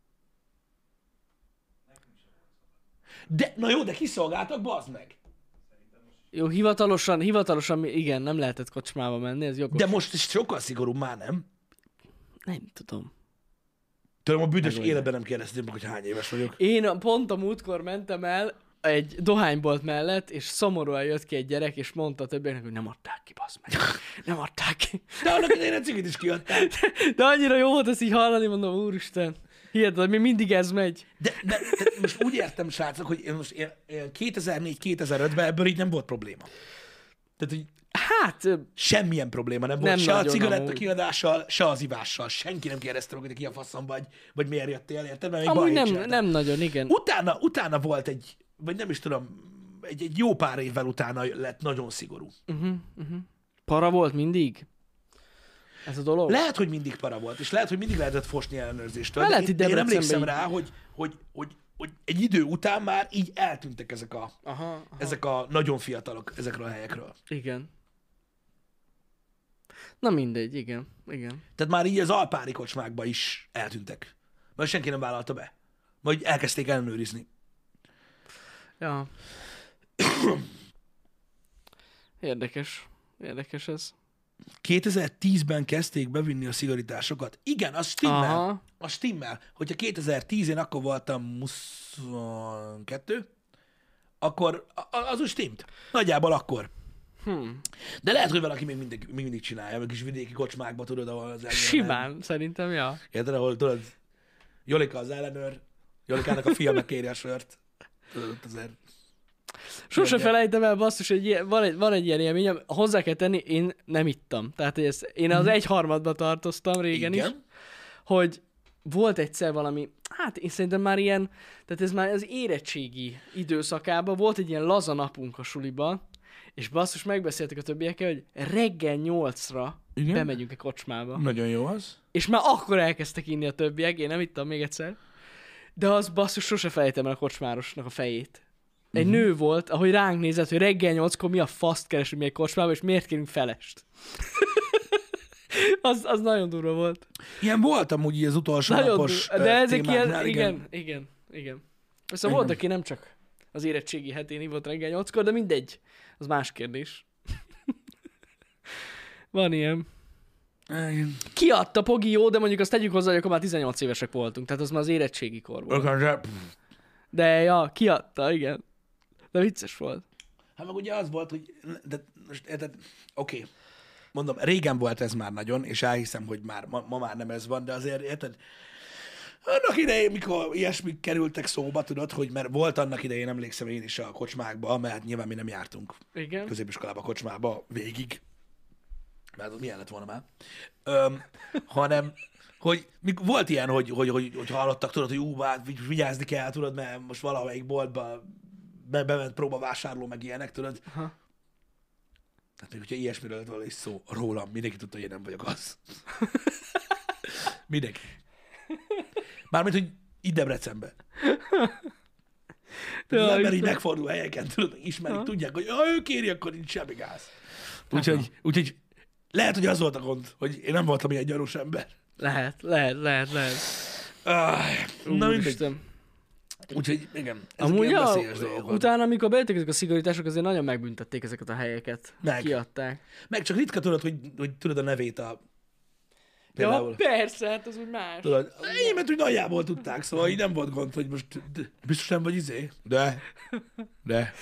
De, na jó, de kiszolgáltak, bazd meg. Jó, hivatalosan, hivatalosan mi- igen, nem lehetett kocsmába menni, ez jogos. De most is sokkal szigorúbb már, nem? Nem tudom. Tudom, a büdös Megoldják. életben nem kérdeztem meg, hogy hány éves vagyok. Én a- pont a múltkor mentem el egy dohánybolt mellett, és szomorúan jött ki egy gyerek, és mondta a többieknek, hogy nem adták ki, basz meg. Nem adták ki. De annak idején a cigit is kiadták. De annyira jó volt ezt így hallani, mondom, úristen. Hihetetlen, még mindig ez megy. De, de, de most úgy értem, srácok, hogy én most én, én kétezer-négy kétezer-ötben ebből így nem volt probléma. Tehát, hogy Hát, ö, semmilyen probléma nem volt, Nem se a nagyon cigaretta amúgy. kiadással, se az ivással. Senki nem kérdezte meg, hogy te ki a faszom vagy, vagy miért jöttél, érted? Mert még amúgy balhét nem, csináltál. nem nagyon, igen. Utána, utána volt egy, vagy nem is tudom, egy, egy jó pár évvel utána lett nagyon szigorú. Uh-huh, uh-huh. Para volt mindig? Ez a dolog? Lehet, hogy mindig para volt, és lehet, hogy mindig lehetett fosni ellenőrzéstől, Hát de lehet, én, hogy de én Debrecenben emlékszem így- rá, hogy, hogy, hogy, hogy egy idő után már így eltűntek ezek a, Aha, aha. ezek a nagyon fiatalok ezekről a helyekről. Igen. Na mindegy, igen, igen. Tehát már így az alpári kocsmákba is eltűntek. Mert senki nem vállalta be. Vagy elkezdték ellenőrizni. Ja. Érdekes. Érdekes ez. kétezer-tízben kezdték bevinni a szigorításokat. Igen, az stimmel. Aha. Az stimmel. Hogyha kétezer-tíz, én akkor voltam huszonkettő, akkor a- a- az úgy stimmt. Nagyjából akkor. Hmm. De lehet, hogy valaki még mindig, még mindig csinálja, meg kis vidéki kocsmákba, tudod, ahol az ellenőr Simán, nem. szerintem, ja. Érted, ahol tudod, Jolika az ellenőr, Jolikának a fia megkéri a sört. Tudod, ott azért. Sose Érde. felejtem el, basszus, hogy ilyen, van, egy, van egy ilyen élményem, hozzá kell tenni, én nem ittam. Tehát hogy ezt, én az egyharmadba tartoztam régen is, Igen. hogy volt egyszer valami, hát én szerintem már ilyen, tehát ez már az érettségi időszakában volt egy ilyen laza napunk a suliban, és basszus, megbeszéltük a többiekkel, hogy reggel nyolcra Igen. bemegyünk egy kocsmába. Nagyon jó az. És már akkor elkezdtek inni a többiek, én nem ittam még egyszer. De az basszus, sose felejtem el a kocsmárosnak a fejét. Egy uh-huh. nő volt, ahogy ránk nézett, hogy reggel nyolckor mi a faszt keresünk mi egy kocsmába, és miért kérünk felest. az, az nagyon durva volt. Ilyen voltam úgy az utolsó Nagyon napos durva. De ö, ezek ilyen, témáknál, igen, igen, igen. Szóval Igen. volt, aki nem csak az érettségi hetén hívott reggel nyolckor, de mindegy. Az más kérdés. Van ilyen. Igen. Kiadta Pogi, jó, de mondjuk azt tegyük hozzá, hogy akkor már tizennyolc évesek voltunk, tehát az már az érettségi kor volt. Ökönre- De ja, kiadta, igen. De vicces volt. Hát meg ugye az volt, hogy, de most érted, oké, okay. Mondom, régen volt ez már nagyon, és elhiszem, hogy már ma, ma már nem ez van, de azért érted, annak idején, mikor ilyesmik kerültek szóba, tudod, hogy mert volt annak idején, emlékszem én is a kocsmákba, mert nyilván mi nem jártunk Igen. középiskolába, kocsmába végig, mert az milyen lett volna már, Öm, hanem, hogy mik- volt ilyen, hogy, hogy, hogy, hogy hallottak, tudod, hogy ú, hát vigy- vigyázni kell, tudod, mert most valamelyik boltba be, bement próbavásárló, meg ilyenek, tudod. Aha. Hát még hogyha ilyesmiről lett volna is szó rólam, mindenki tudta, hogy én nem vagyok az. Mindenki. Mármint, hogy itt Debrecenben. Az Ja, ember így Istenem. megfordul helyeken, tudod, ismerik, Ha. tudják, hogy ha ő kéri, akkor nincs semmi gáz. Úgyhogy, úgyhogy lehet, hogy az volt a gond, hogy én nem voltam ilyen gyanús ember. Lehet, lehet, lehet, lehet. Ah, na mindegy. Úristen. Úgyhogy igen, ezek Amúgy ilyen ja, veszélyes dolgok. utána, amikor bejöttek ezek a szigorítások, azért nagyon megbüntették ezeket a helyeket. Meg. Kiadták. Meg csak ritka tudod, hogy, hogy tudod a nevét a... Ja, Például. persze, hát az úgy más. Tudod, én, mert úgy nagyjából tudták, szóval így nem volt gond, hogy most de, biztos nem vagy izé. De. De.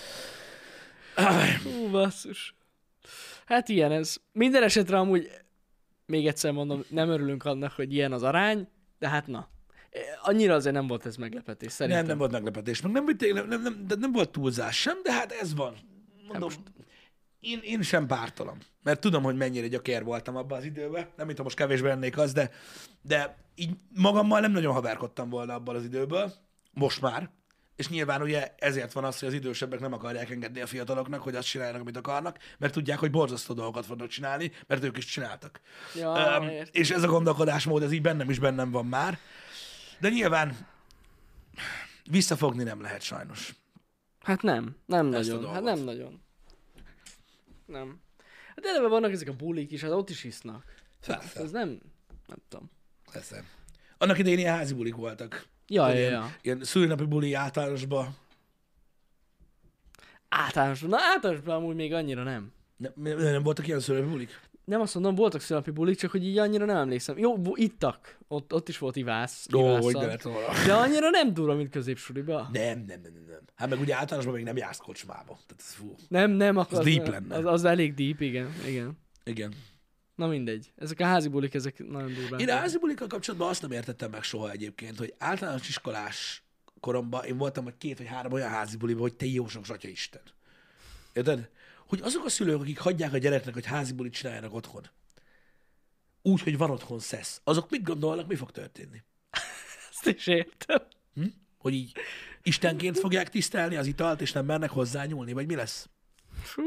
Áj, Hú, basszus. Hát ilyen ez. Minden esetre amúgy, még egyszer mondom, nem örülünk annak, hogy ilyen az arány, de hát na. Annyira azért nem volt ez meglepetés, szerintem. nem, nem volt meglepetés. Meg nem, nem, nem, nem, de nem volt túlzás sem, de hát ez van. Mondom, én, én sem pártolom. Mert tudom, hogy mennyire gyakér voltam abban az időben. Nem, mintha most kevésbé lennék az, de, de így magammal nem nagyon haverkodtam volna abban az időből. Most már. És nyilván ugye ezért van az, hogy az idősebbek nem akarják engedni a fiataloknak, hogy azt csináljanak, amit akarnak, mert tudják, hogy borzasztó dolgokat fognak csinálni, mert ők is csináltak. Ja, um, értem. és ez a gondolkodásmód, ez így bennem is bennem van már. De nyilván visszafogni nem lehet sajnos. Hát nem, nem Ezt a nagyon. Hát dolgot. nem nagyon. Nem. Hát eleve vannak ezek a bulik is, hát ott is isznak. Persze. Ez nem, nem tudom. Persze. Annak idején ilyen házi bulik voltak. Ja, Tudod, ja, ilyen, ja. ilyen szülinapi buli általánosban. Általánosban, na általánosban amúgy még annyira nem. Nem, nem voltak ilyen szülinapi bulik? Nem azt mondom, voltak szülnapi bulik, csak hogy így annyira nem emlékszem. Jó, bu- ittak. Ott, ott is volt ivász. Ó, ivászat. hogy ne lett volna. De annyira nem durva, mint középsuliba. Nem, nem, nem, nem, nem. Hát meg ugye általánosban még nem jársz kocsmába. Tehát ez fú. Nem, nem, akkor Az deep lenne. Az, az elég deep, igen, igen. Igen. Na mindegy. Ezek a házi bulik, ezek nagyon durvák. Én a házi bulikkal kapcsolatban azt nem értettem meg soha egyébként, hogy általános iskolás koromban én voltam hogy két vagy három olyan házi buliban, hogy te jósok, atya Isten. Érted? Hogy azok a szülők, akik hagyják a gyereknek, hogy házi bulit csináljanak otthon, úgy, hogy van otthon szesz, azok mit gondolnak, mi fog történni? Ezt is értem. Hm? Hogy így istenként fogják tisztelni az italt, és nem mernek hozzányúlni, vagy mi lesz? Fú.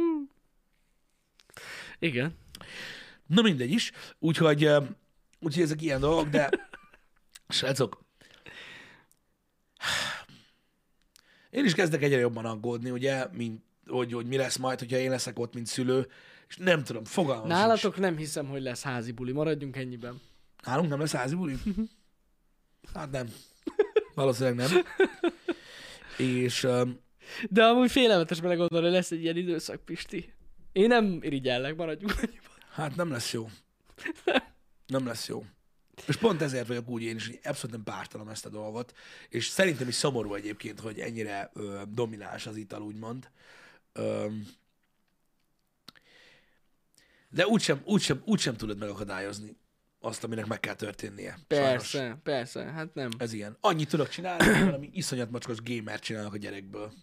Igen. Na mindegy is, úgyhogy, ö, úgyhogy ezek ilyen dolgok, de srácok, én is kezdek egyre jobban aggódni, ugye, mint, hogy, hogy mi lesz majd, hogyha én leszek ott, mint szülő, és nem tudom, fogalmam sincs. Nálatok nem hiszem, hogy lesz házi buli. Maradjunk ennyiben. Nálunk nem lesz házi buli? Hát nem. Valószínűleg nem. És um, De amúgy félelmetes belegondolni, hogy lesz egy ilyen időszak, Pisti. Én nem irigyellek, maradjunk annyiban. hát nem lesz jó. Nem lesz jó. És pont ezért vagyok úgy én is, hogy abszolút nem pártalom ezt a dolgot, és szerintem is szomorú egyébként, hogy ennyire ö, domináns az ital, úgymond. Ö, De úgysem, úgysem, úgysem tudod megakadályozni azt, aminek meg kell történnie. Persze, Sajnos. persze, hát nem. Ez ilyen. Annyit tudok csinálni, hogy valami iszonyat mocskos gamer csinálnak a gyerekből.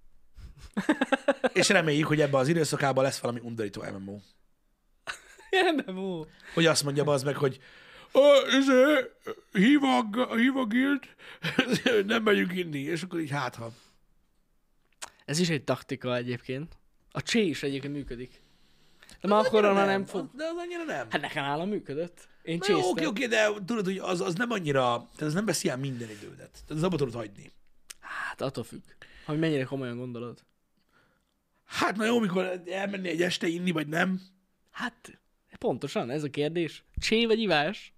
És reméljük, hogy ebben az időszakában lesz valami undorító em em o. em em o. Hogy azt mondja az meg, hogy ez hív a, hív a guild, nem megyünk inni, és akkor így hátha. Ez is egy taktika egyébként. A csé is egyébként működik. De már akkor nem, nem fog... De az annyira nem. Hát nekem nálam működött. Én Na jó, csésztem. oké, oké, de tudod, hogy az, az nem annyira, tehát az nem veszi el minden idődet. Tehát az abba tudod hagyni. Hát attól függ. Hogy mennyire komolyan gondolod. Hát na jó, mikor elmenni egy este inni, vagy nem. Hát pontosan, ez a kérdés. Csé vagy ivás?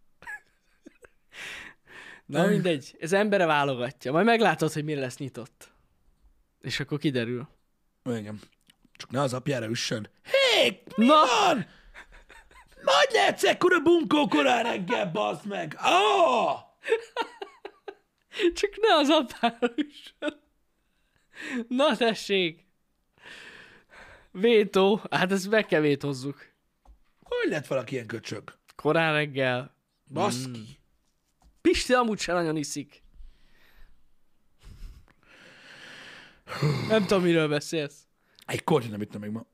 Na mindegy, ez embere válogatja. Majd meglátod, hogy mire lesz nyitott. És akkor kiderül. Igen. Csak ne az apjára üssön. Hé, mi Na! van? Nagy lehetsz ekkora bunkó korán reggel, bazd meg. Oh! Csak ne az apára üssön. Na tessék. Vétó. Hát ezt meg kell vétozzuk. Hogy lett valaki ilyen köcsög? Korán reggel. Baszki. Mm. Pisti amúgy sem nagyon iszik. Nem tudom, miről beszélsz. Egy korty nem ittem még ma.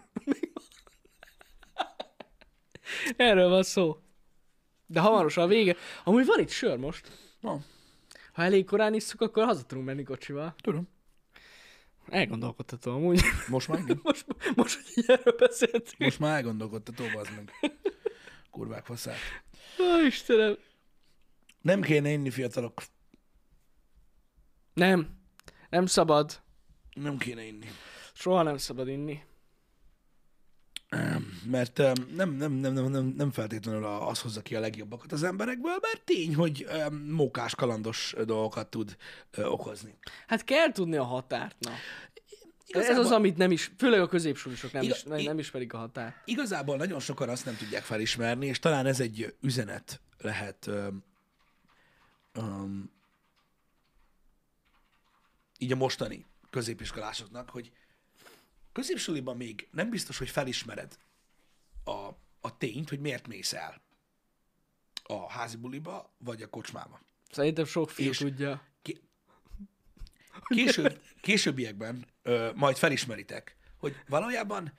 Erről van szó. De hamarosan a vége. Amúgy van itt sör most. Van. Ha elég korán isszuk, akkor haza tudunk menni kocsival. Tudom. Elgondolkodható amúgy. Most már igen. Most, most hogy így erről beszéltünk. Most már elgondolkodtató, bazd meg. Kurvák faszát. Ó, Istenem. Nem kéne inni, fiatalok. Nem. Nem szabad. Nem kéne inni. Soha nem szabad inni. Mert um, nem, nem, nem, nem, nem, nem feltétlenül az hozza ki a legjobbakat az emberekből, mert tény, hogy um, mókás, kalandos dolgokat tud uh, okozni. Hát kell tudni a határt, na. Igazából, Ez az, amit nem is, főleg a középsulisok nem, Iga- is, nem, i- nem ismerik a határt. Igazából nagyon sokan azt nem tudják felismerni, és talán ez egy üzenet lehet um, um, így a mostani középiskolásoknak, hogy középsuliban még nem biztos, hogy felismered a, a tényt, hogy miért mész el a házi buliba, vagy a kocsmába. Szerintem sok fiú És- tudja. Ki- Később, későbbiekben ö, majd felismeritek, hogy valójában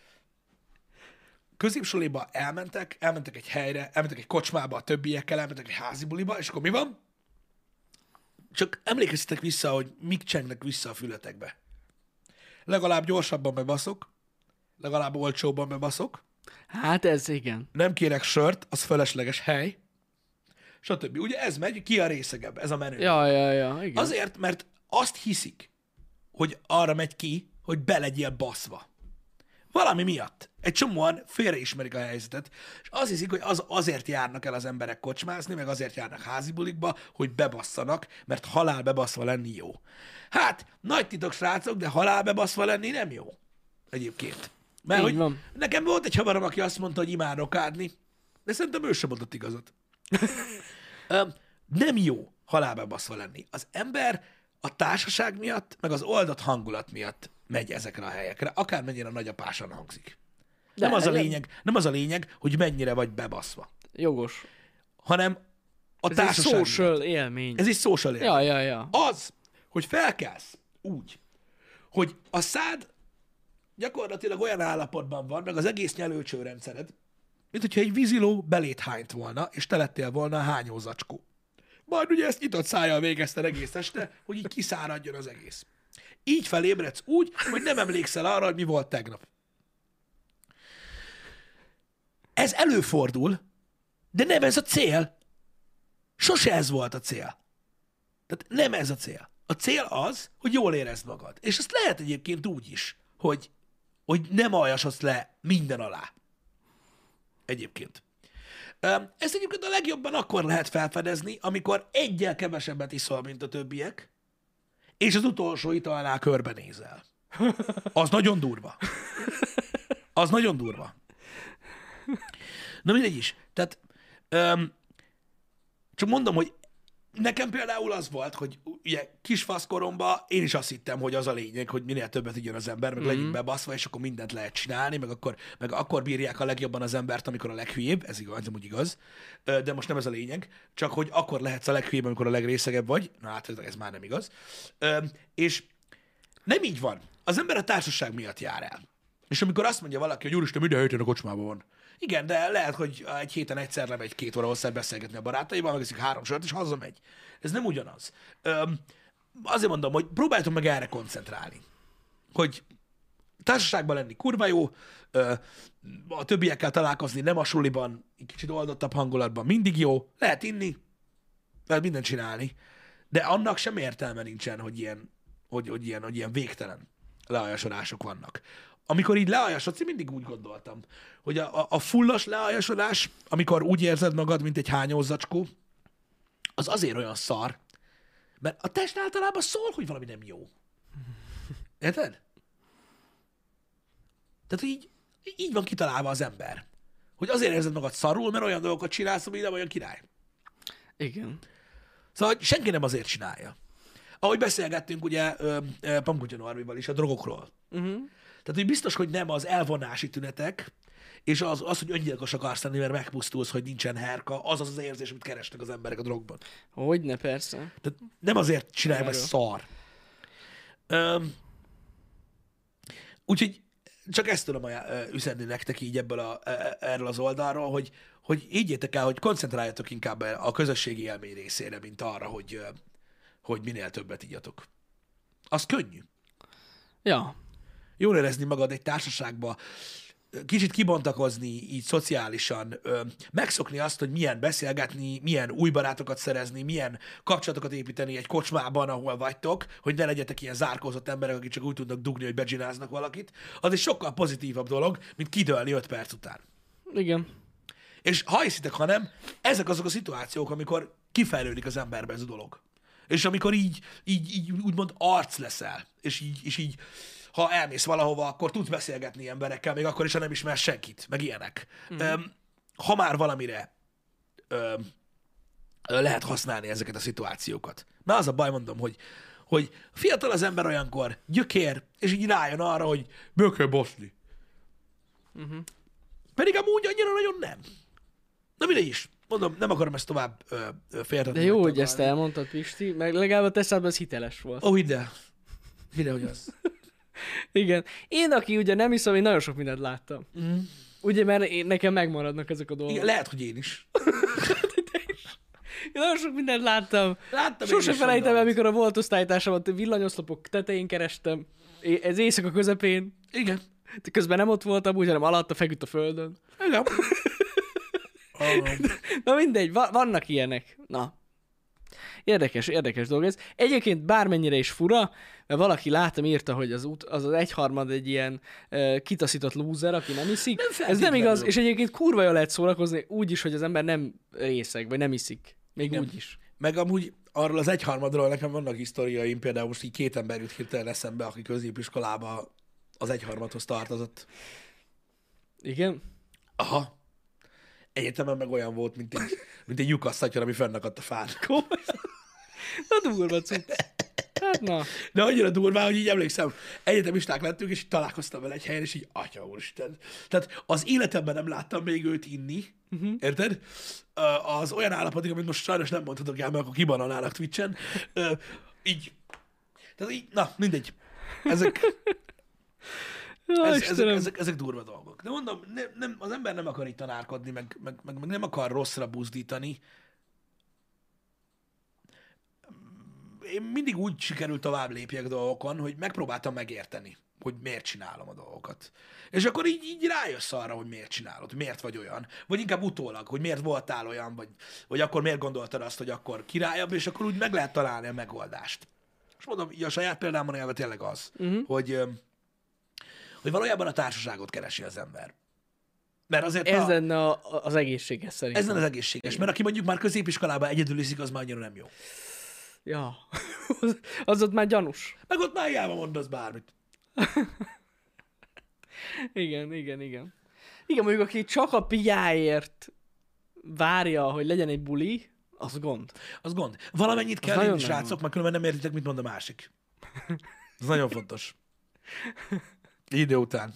középsuliba elmentek, elmentek egy helyre, elmentek egy kocsmába a többiekkel, elmentek egy házi buliba, és akkor mi van? Csak emlékezzetek vissza, hogy mik csengnek vissza a fületekbe. Legalább gyorsabban bebaszok, legalább olcsóbban bebaszok, Hát ez igen. nem kérek sört, az felesleges hely, stb. Ugye ez megy, ki a részegebb, ez a menő. Ja, ja, ja, igen. Azért, mert azt hiszik, hogy arra megy ki, hogy be legyél baszva. Valami miatt. Egy csomóan félreismerik a helyzetet, és azt hiszik, hogy az azért járnak el az emberek kocsmázni, meg azért járnak házibulikba, hogy bebasszanak, mert halál bebaszva lenni jó. Hát, nagy titok, srácok, de halál bebaszva lenni nem jó. Egyébként. Mert Így hogy van. nekem volt egy haverom, aki azt mondta, hogy imád rokádni, de szerintem ő sem mondott igazat. Öm, nem jó halálba baszva lenni. Az ember a társaság miatt, meg az oldott hangulat miatt megy ezekre a helyekre, akármennyire nagyapásan hangzik. De Nem az, a nem- lényeg, nem az a lényeg, hogy mennyire vagy bebaszva, Jogos. hanem a Ez egy társaság miatt. social élmény. Ez egy social élmény. Ja, ja, ja. Az, hogy felkelsz úgy, hogy a szád gyakorlatilag olyan állapotban van, meg az egész nyelőcsőrendszered, mint hogyha egy víziló belét hányt volna, és te lettél volna a hányózacskó. Majd ugye ezt nyitott szájjal végezted egész este, hogy így kiszáradjon az egész. Így felébredsz úgy, hogy nem emlékszel arra, hogy mi volt tegnap. Ez előfordul, de nem ez a cél. Sose ez volt a cél. Tehát nem ez a cél. A cél az, hogy jól érezd magad. És ezt lehet egyébként úgy is, hogy, hogy nem aljasodsz le minden alá. Egyébként. Öm, Ezt egyébként a legjobban akkor lehet felfedezni, amikor egyel kevesebbet iszol, mint a többiek, és az utolsó italnál körbenézel. Az nagyon durva. Az nagyon durva. Na mindegy is. Tehát öm, csak mondom, hogy nekem például az volt, hogy ugye kisfaszkoromban én is azt hittem, hogy az a lényeg, hogy minél többet igyon az ember, meg mm-hmm. legyünk bebaszva, és akkor mindent lehet csinálni, meg akkor, meg akkor bírják a legjobban az embert, amikor a leghülyébb, ez igaz, ez amúgy igaz, de most nem ez a lényeg, csak hogy akkor lehetsz a leghülyébb, amikor a legrészegebb vagy, na hát ez, ez már nem igaz. És nem így van. Az ember a társaság miatt jár el. És amikor azt mondja valaki, hogy úristen, minden héten a kocsmában van. Igen, de lehet, hogy egy héten egyszer lemegy két óra hosszát beszélgetni a barátaival, megeszik három sört, és hazamegy. Ez nem ugyanaz. Öm, azért mondom, hogy próbáljátok meg erre koncentrálni. Hogy társaságban lenni kurva jó, ö, a többiekkel találkozni nem a suliban, egy kicsit oldottabb hangulatban mindig jó, lehet inni, lehet mindent csinálni, de annak sem értelme nincsen, hogy ilyen, hogy, hogy ilyen, hogy ilyen végtelen lealjasodások vannak. Amikor így lealjasodsz, én mindig úgy gondoltam, hogy a, a, a fullas lealjasodás, amikor úgy érzed magad, mint egy hányózacskó, az azért olyan szar, mert a test általában szól, hogy valami nem jó. Érted? Tehát így, így van kitalálva az ember. Hogy azért érzed magad szarul, mert olyan dolgokat csinálsz, ami nem olyan király. Igen. Szóval hogy senki nem azért csinálja. Ahogy beszélgettünk ugye Pamkutya Normival is a drogokról. Uh-huh. Tehát, hogy biztos, hogy nem az elvonási tünetek, és az, az hogy öngyilkos akarsz lenni, mert megpusztulsz, hogy nincsen herka, az az az érzés, amit keresnek az emberek a drogban. Hogyne, persze. Tehát nem azért csinálják, mert szar. Üm, úgyhogy csak ezt tudom üzenni nektek így ebből a, erről az oldalról, hogy, hogy higgyétek el, hogy koncentráljatok inkább a közösségi élmény részére, mint arra, hogy, hogy minél többet igyatok. Az könnyű. Ja. Jól érezni magad egy társaságba, kicsit kibontakozni így szociálisan, megszokni azt, hogy milyen beszélgetni, milyen új barátokat szerezni, milyen kapcsolatokat építeni egy kocsmában, ahol vagytok, hogy ne legyetek ilyen zárkózott emberek, akik csak úgy tudnak dugni, hogy beggináznak valakit, az egy sokkal pozitívabb dolog, mint kidőlni öt perc után. Igen. És ha hiszitek, ha nem, ezek azok a szituációk, amikor kifejlődik az emberbe ez a dolog. És amikor így, így, így úgymond arc leszel, és így, és így ha elmész valahova, akkor tudsz beszélgetni emberekkel, még akkor is, ha nem ismersz senkit, meg ilyenek. Mm. Öm, ha már valamire öm, lehet használni ezeket a szituációkat. Mert az a baj, mondom, hogy, hogy fiatal az ember olyankor, gyökér, és így rájön arra, hogy meg kell baszni. Mm-hmm. Pedig amúgy annyira nagyon nem. Na mindegy is. Mondom, nem akarom ezt tovább féltetni. De jó, hogy ezt elmondtad, Pisti, meg legalább a teszádban ez hiteles volt. Ó, hidd el. Hidd el, hogy az. Igen. Én, aki ugye nem hiszem, én nagyon sok mindent láttam. Mm. Ugye, mert én, nekem megmaradnak ezek a dolgok. Igen, lehet, hogy én is. Én nagyon sok mindent láttam. Láttam. Sose felejtem el, amikor a volt osztálytársamat villanyoszlopok tetején kerestem. Ez éjszaka közepén. Igen. Közben nem ott voltam, úgy, hanem alatta feküdt a földön. Igen. Na mindegy, va- vannak ilyenek. Na. Érdekes, érdekes dolog ez. Egyébként bármennyire is fura, mert valaki láttam, írta, hogy az, út, az, az egyharmad egy ilyen uh, kitaszított lúzer, aki nem iszik. Nem ez nem igaz, és egyébként kurva jól lehet szórakozni úgy is, hogy az ember nem részeg, vagy nem iszik. Még igen. Úgy is. Meg amúgy arról az egyharmadról nekem vannak historiaim, például most így két ember jut hirtelen eszembe, aki középiskolába az egyharmadhoz tartozott. Igen? Aha. Egyetemen meg olyan volt, mint egy, mint egy lyukasszatyor, ami fennakadt a fán. Na durva cucc. Hát na. De annyira durvá, hogy így emlékszem, egyetemisták lettünk, és így találkoztam vele egy helyen, és így, atya úristen. Tehát az életemben nem láttam még őt inni, uh-huh. érted? Az olyan állapotig, amit most sajnos nem mondhatok el, mert akkor kibananálnak Twitchen. Így. Tehát így, na, mindegy. Ezek... Ja, Ez, ezek, ezek, ezek durva dolgok. De mondom, nem, nem, az ember nem akar itt tanárkodni, meg, meg, meg, meg nem akar rosszra buzdítani. Én mindig úgy sikerült tovább lépjek dolgokon, hogy megpróbáltam megérteni, hogy miért csinálom a dolgokat. És akkor így, így rájössz arra, hogy miért csinálod, miért vagy olyan. Vagy inkább utólag, hogy miért voltál olyan, vagy, vagy akkor miért gondoltad azt, hogy akkor királyabb, és akkor úgy meg lehet találni a megoldást. És mondom, így a saját példámon élve tényleg az, uh-huh. hogy... hogy valójában a társaságot keresi az ember. Mert azért ez a... lenne a, az egészséges szerintem. Ez lenne az egészséges, mert aki mondjuk már középiskolában egyedül iszik, az már annyira nem jó. Ja, az ott már gyanús. Meg ott már hiába mondasz bármit. Igen, igen, igen. Igen, mondjuk aki csak a piáért várja, hogy legyen egy buli, Az gond. Az gond. Valamennyit kell nagyon inni, nem srácok, mert különben nem értitek, mit mond a másik. Ez nagyon fontos. Idő után.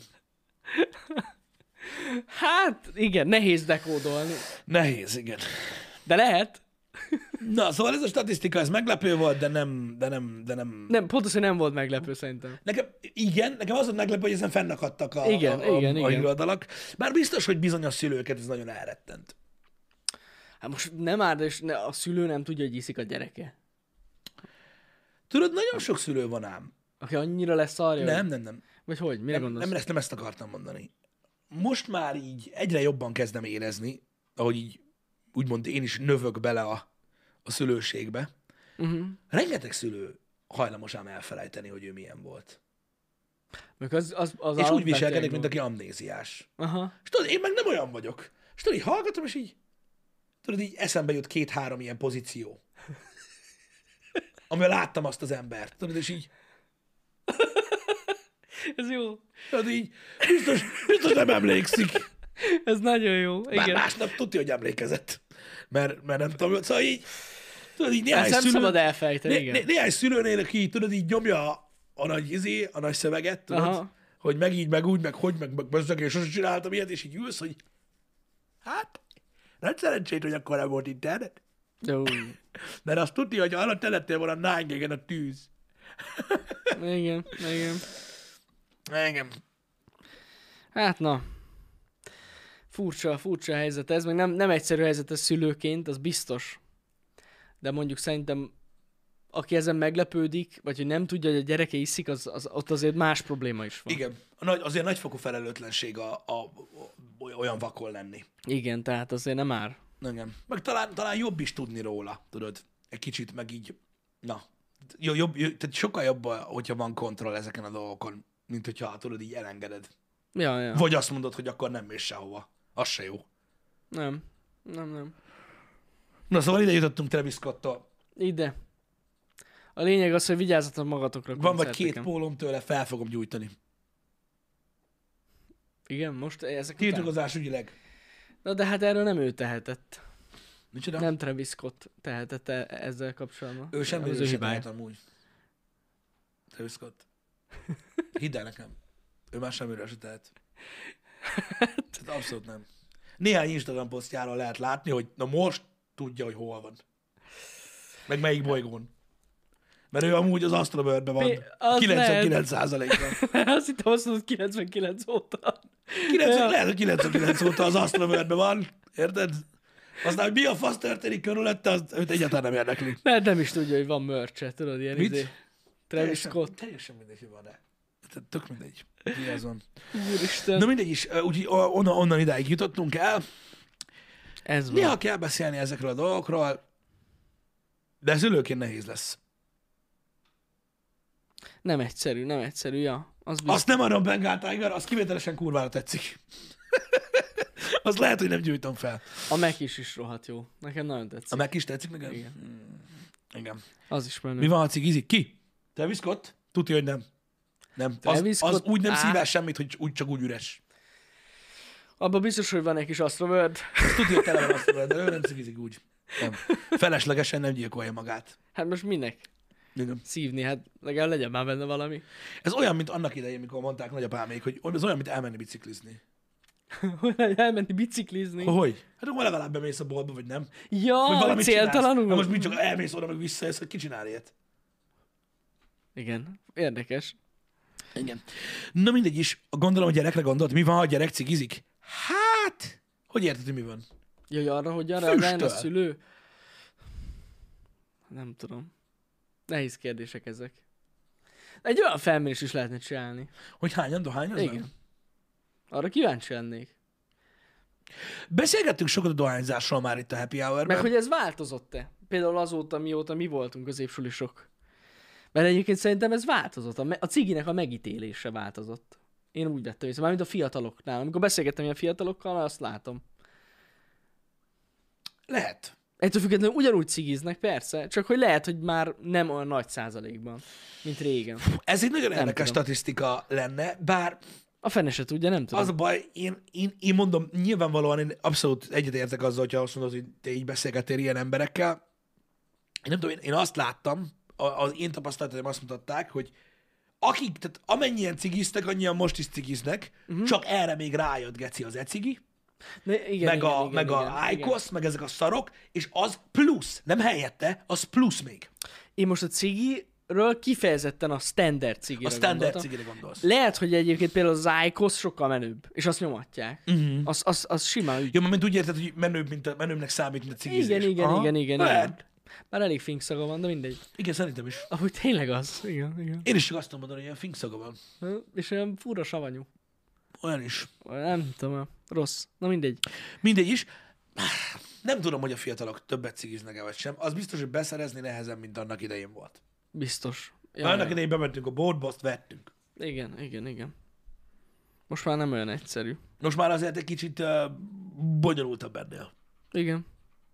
Hát, igen, nehéz dekódolni. Nehéz, igen. De lehet. Na, szóval ez a statisztika, ez meglepő volt, de nem, de nem, de nem... Nem, pontosan nem volt meglepő szerintem. Nekem, igen, nekem az volt meglepő, hogy ezen fennakadtak a, Igen, a, a, igen, a igen. híradalak. Bár biztos, hogy bizonyos szülőket ez nagyon elrettent. Hát most nem áll, és ne, a szülő nem tudja, hogy iszik a gyereke. Tudod, nagyon sok szülő van ám. Aki annyira lesz arja. Nem, nem, nem. Vagy hogy? Mire Nem, gondolsz? nem, ezt, nem ezt akartam mondani. Most már így egyre jobban kezdem érezni, ahogy így úgymond én is növök bele a, a szülőségbe. Uh-huh. Rengeteg szülő hajlamos ám elfelejteni, hogy ő milyen volt. Meg az, az, az És úgy alapvetően viselkedik, mint gond. aki amnéziás. Aha. És tudod, én meg nem olyan vagyok. És tudod, így hallgatom, és így, tudod, így eszembe jut két-három ilyen pozíció. Amivel láttam azt az embert. Tudod, és így, Ez jó. tudod, így, biztos, biztos nem emlékszik. Ez nagyon jó. Már Igen. másnap tudja, hogy emlékezett. Mert, mert nem tudom, szóval így, tudod, így néhány Ezt nem szülő, szabad elfejteni, né, igen. né, néhány szülőnél, aki így, tudod, így nyomja a, a nagy izé, a nagy szöveget, tudod, Aha. hogy meg így, meg úgy, meg hogy, meg, meg bezzeg, és sosem csináltam ilyet, és így ülsz, hogy hát, nagy szerencsét, hogy akkor nem volt internet. Jó. Mert azt tudni, hogy alatt te lettél volna nine gigen a tűz. Igen, igen. Engem. Hát na. Furcsa, furcsa helyzet ez, meg nem, nem egyszerű helyzet ez szülőként, az biztos. De mondjuk szerintem, aki ezen meglepődik, vagy hogy nem tudja, hogy a gyereke iszik, az, az, ott azért más probléma is van. Igen. A nagy, azért nagyfokú felelőtlenség a, a, a, olyan vakon lenni. Igen, tehát azért nem ár. Igen. Meg talán, talán jobb is tudni róla, tudod. Egy kicsit, meg így, na. Jó, jobb, jó, tehát sokkal jobb, hogyha van kontroll ezeken a dolgokon, mint hogyha, tudod, így elengeded. Ja, ja. Vagy azt mondod, hogy akkor nem mész sehova. Az se jó. Nem. Nem, nem. Na, szóval ide jutottunk Travis Scott-tól. Ide. A lényeg az, hogy vigyázzatok magatokra. Van vagy két koncerteken. pólom tőle, fel fogom gyújtani. Igen, most ezek után? Tiltakozás ügyileg. Na de hát erről nem ő tehetett. Micsoda? Nem Travis Scott tehetett e- ezzel kapcsolatban. Ő semmi Az ő ő sem hibája. tehet amúgy. Travis Scott. Hidd el nekem. Ő már semmiről se tehet. Tehát abszolút nem. Néhány Instagram posztjáról lehet látni, hogy na most tudja, hogy hol van. Meg melyik bolygón. Mert ő amúgy az Astrobird-ben van. Mi- az kilencvenkilenc százalékban. Azt hittem azt mondod kilencvenkilenc óta. kilencven, Ja. lehet, hogy kilencvenkilenc óta az Astrobird-ben van. Érted? Aztán, hogy mi a fasz történik körülötte, az őt egyáltalán nem érdekli. Mert nem is tudja, hogy van merch tudod, ilyen Mit? izé. Travis Scott. Teljesen mindegy, hogy van-e. Tehát tök mindegy. Mi az van. Úristen. Na mindegy is, úgyhogy onnan, onnan idáig jutottunk el. Ez van. Néha kell beszélni ezekről a dolgokról, de szülőként nehéz lesz. Nem egyszerű, nem egyszerű, ja. Az biztos. Azt nem adom Bengal Tiger, az kivételesen kurvára tetszik. Azt lehet, hogy nem gyújtom fel. A Mac is is rohadt jó. Nekem nagyon A tetszik. meg is tetszik nekem? Igen. Hmm. Igen. Az is menő. Mi van, ha cigizik? Ki? Travis Scott? Tudja, hogy nem. Nem. Az, Travis az Scott? úgy nem Á. szívás semmit, hogy úgy, csak úgy üres. Abban biztos, hogy van egy kis Astroworld. Azt tudja, hogy tele van azt, de ő nem cigizik úgy. Nem. Feleslegesen nem gyilkolja magát. Hát most minek Igen. szívni? Hát legalább legyen már benne valami. Ez olyan, mint annak idején, mikor mondták nagyapámék, hogy ez olyan, mint elmenni biciklizni. Hogy elmenni biciklizni. Hogy? Hát akkor legalább bemész a boltba, vagy nem? Ja, Vagy hogy valamit céltalanul. csinálsz. Hát most mit csak elmész oda, meg visszajössz, hogy ki csinál ilyet? Igen, érdekes. Igen. Na mindegy is, gondolom, hogy gyerekre gondolt. Mi van, ha a gyerek cigizik? Hát, hogy érted, hogy mi van? Jaj, arra hogyan reagáljon a Füstöl. szülő? Nem tudom. Nehéz kérdések ezek. Egy olyan felmérés is lehetne csinálni. Hogy hányan dohányoznak? Igen. Arra kíváncsi lennék. Beszélgettünk sokat a dohányzásról már itt a Happy Hour-ben. Meg hogy ez változott-e? Például azóta, mióta mi voltunk középsulisok. Mert egyébként szerintem ez változott. A, me- a ciginek a megítélése változott. Én úgy vettem észre, mármint a fiataloknál. Amikor beszélgettem ilyen fiatalokkal, azt látom. Lehet. Ettől függetlenül ugyanúgy cigiznek, persze, csak hogy lehet, hogy már nem olyan nagy százalékban, mint régen. Ez egy nagyon Nem érdekes tudom. statisztika lenne, bár A fene se tudja, nem tudom. Az a baj, én, én, én mondom, nyilvánvalóan én abszolút egyetértek azzal, hogyha azt mondod, hogy te így beszélgettél ilyen emberekkel. Én nem tudom, én, én azt láttam, az én tapasztalataim azt mutatták, hogy akik, tehát amennyien cigiztek, annyian most is cigiznek, uh-huh. csak erre még rájött geci az e-cigi, De igen, meg igen, a, igen, meg igen, a igen. IQOS, meg ezek a szarok, és az plusz, nem helyette, az plusz még. Én most a cigiről kifejezetten a standard cigire A standard gondoltam. cigire gondolsz. Lehet, hogy egyébként például az IQOS sokkal menőbb, és azt nyomatják. Uh-huh. Az, az, az simán ügy. Jó, mert úgy érted, hogy menőbb, mint a, menőbbnek számít, mint a cigizés. Igen, igen, Aha. igen, igen, Lehet. igen. Már elég finkszaga van, de mindegy. Igen, szerintem is. Ahogy tényleg az. Igen, igen. Én is csak azt tudom mondani, hogy ilyen finkszaga van. És olyan fura savanyú. Olyan is. Nem tudom, rossz. Na mindegy. Mindegy is. Nem tudom, hogy a fiatalok többet cigiznek-e vagy sem. Az biztos, hogy beszerezni nehezen, mint annak idején volt. Biztos. Ja, annak idején bementünk a boltba, azt vettünk. Igen, igen, igen. Most már nem olyan egyszerű. Most már azért egy kicsit uh, bonyolultabb ennél. Igen.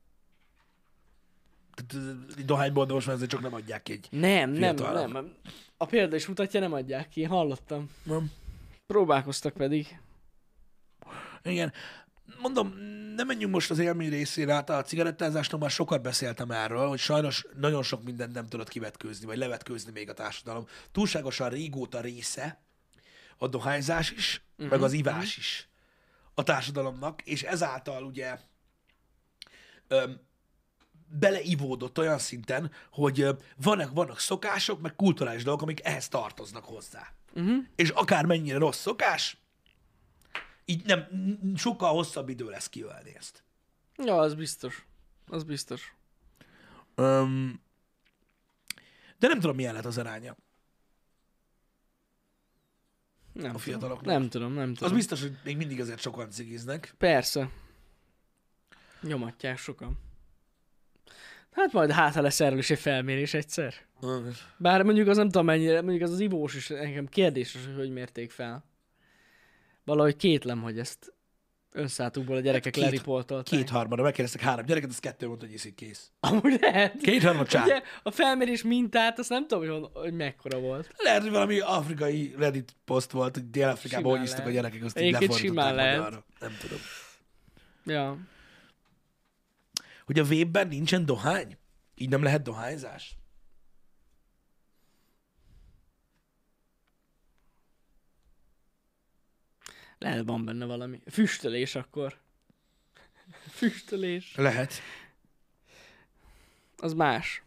Dohányból, de most már azért csak nem adják ki egy Nem, nem, fiatalnak. nem. A példa is mutatja, nem adják ki. Hallottam. Nem. Próbálkoztak pedig. Igen. Mondom, nem menjünk most az élmény részére, hát a cigarettázásnál már sokat beszéltem erről, hogy sajnos nagyon sok mindent nem tudod kivetkőzni, vagy levetkőzni még a társadalom. Túlságosan régóta része a dohányzás is, uh-huh. meg az ivás is a társadalomnak, és ezáltal ugye öm, beleivódott olyan szinten, hogy öm, vannak, vannak szokások, meg kulturális dolgok, amik ehhez tartoznak hozzá. Uh-huh. És akármennyire rossz szokás, így nem, sokkal hosszabb idő lesz kiölni ezt. Ja, az biztos. Az biztos. Um, de nem tudom, milyen lett az aránya Nem a fiataloknak. Tudom. Nem tudom, nem tudom. Az biztos, hogy még mindig azért sokan cigiznek. Persze. Nyomatják sokan. Hát majd hát, ha lesz erről is egy felmérés egyszer. Bár mondjuk az nem tudom mennyire, mondjuk az az ivós is engem kérdéses, hogy hogy mérték fel. Valahogy kétlem, hogy ezt önszátukból a gyerekek Két- leripoltolták. Kétharmada, megkérdeztek három gyereket, az kettő mondta, hogy iszik, kész. Amúgy lehet. Kétharmad csá. Ugye, a felmérés mintát, azt nem tudom, hogy, hon, hogy mekkora volt. Lehet, hogy valami afrikai Reddit poszt volt, hogy Dél-Afrikában Simán hogy isztak a lehet. gyerekek, azt így Egyébként lefordították simán lehet. magyarra. Nem tudom. Ja. Hogy a vében nincsen dohány? Így nem lehet dohányzás? Lehet, van benne valami. Füstölés akkor. Füstölés. Lehet. Az más.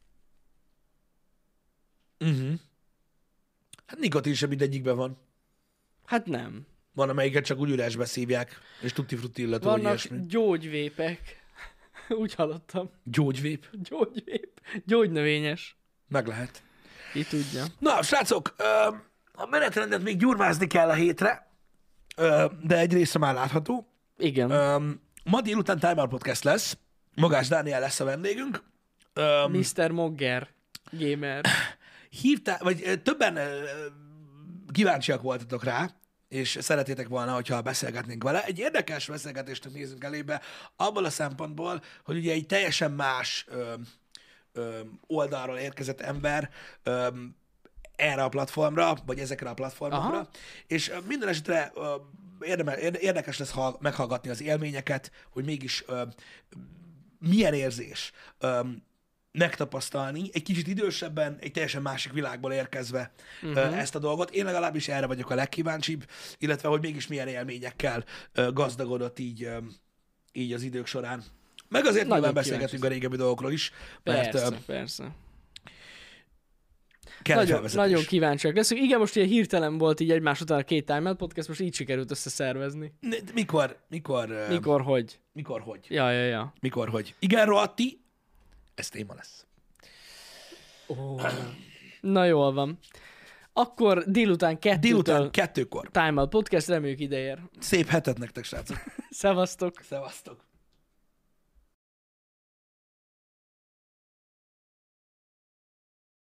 Uh-huh. Hát nikotin sem mindegyikben van. Hát nem. Van, amelyiket csak úgy üresbe szívják, és tutti-frutti illatú, vagy Vannak ilyesmi. gyógyvépek. Úgy hallottam. Gyógyvép. Gyógyvép. Gyógynövényes. Meg lehet. Ki tudja. Na, srácok, ö, a menetrendet még gyurmázni kell a hétre, ö, de egy része már látható. Igen. Ö, ma délután Time Out Podcast lesz. Magás Dániel lesz a vendégünk. Ö, miszter Mogger. Gamer. hívtál, vagy ö, többen ö, kíváncsiak voltatok rá, és szeretétek volna, hogyha beszélgetnénk vele. Egy érdekes beszélgetést nézünk elébe, abból a szempontból, hogy ugye egy teljesen más ö, ö, oldalról érkezett ember ö, erre a platformra, vagy ezekre a platformokra, Aha. és ö, minden esetre ö, érdemel, érde- érdekes lesz hall, meghallgatni az élményeket, hogy mégis ö, milyen érzés ö, megtapasztalni, egy kicsit idősebben, egy teljesen másik világból érkezve uh-huh. ezt a dolgot. Én legalábbis erre vagyok a legkíváncsibb, illetve hogy mégis milyen élményekkel ö, gazdagodott így, ö, így az idők során. Meg azért Nagyon nyilván beszélgetünk a régebbi dolgokról is, mert Persze, ö, persze. kell Nagyon, felvezetés. nagyon kíváncsiak leszünk. Igen, most ilyen hirtelen volt így egymás után a két Time Out Podcast, most így sikerült összeszervezni. Ne- Mikor, mikor, ö, Mikor, hogy? mikor, hogy? Ja, ja, ja. Mikor, hogy? Igen, Roatti, ez téma lesz. Oh. Na jól van. Akkor délután kettőtől Délután kettőkor. Time Out Podcast, reméljük ide ér. Szép hetet nektek, srácok. Szevasztok! Szevasztok.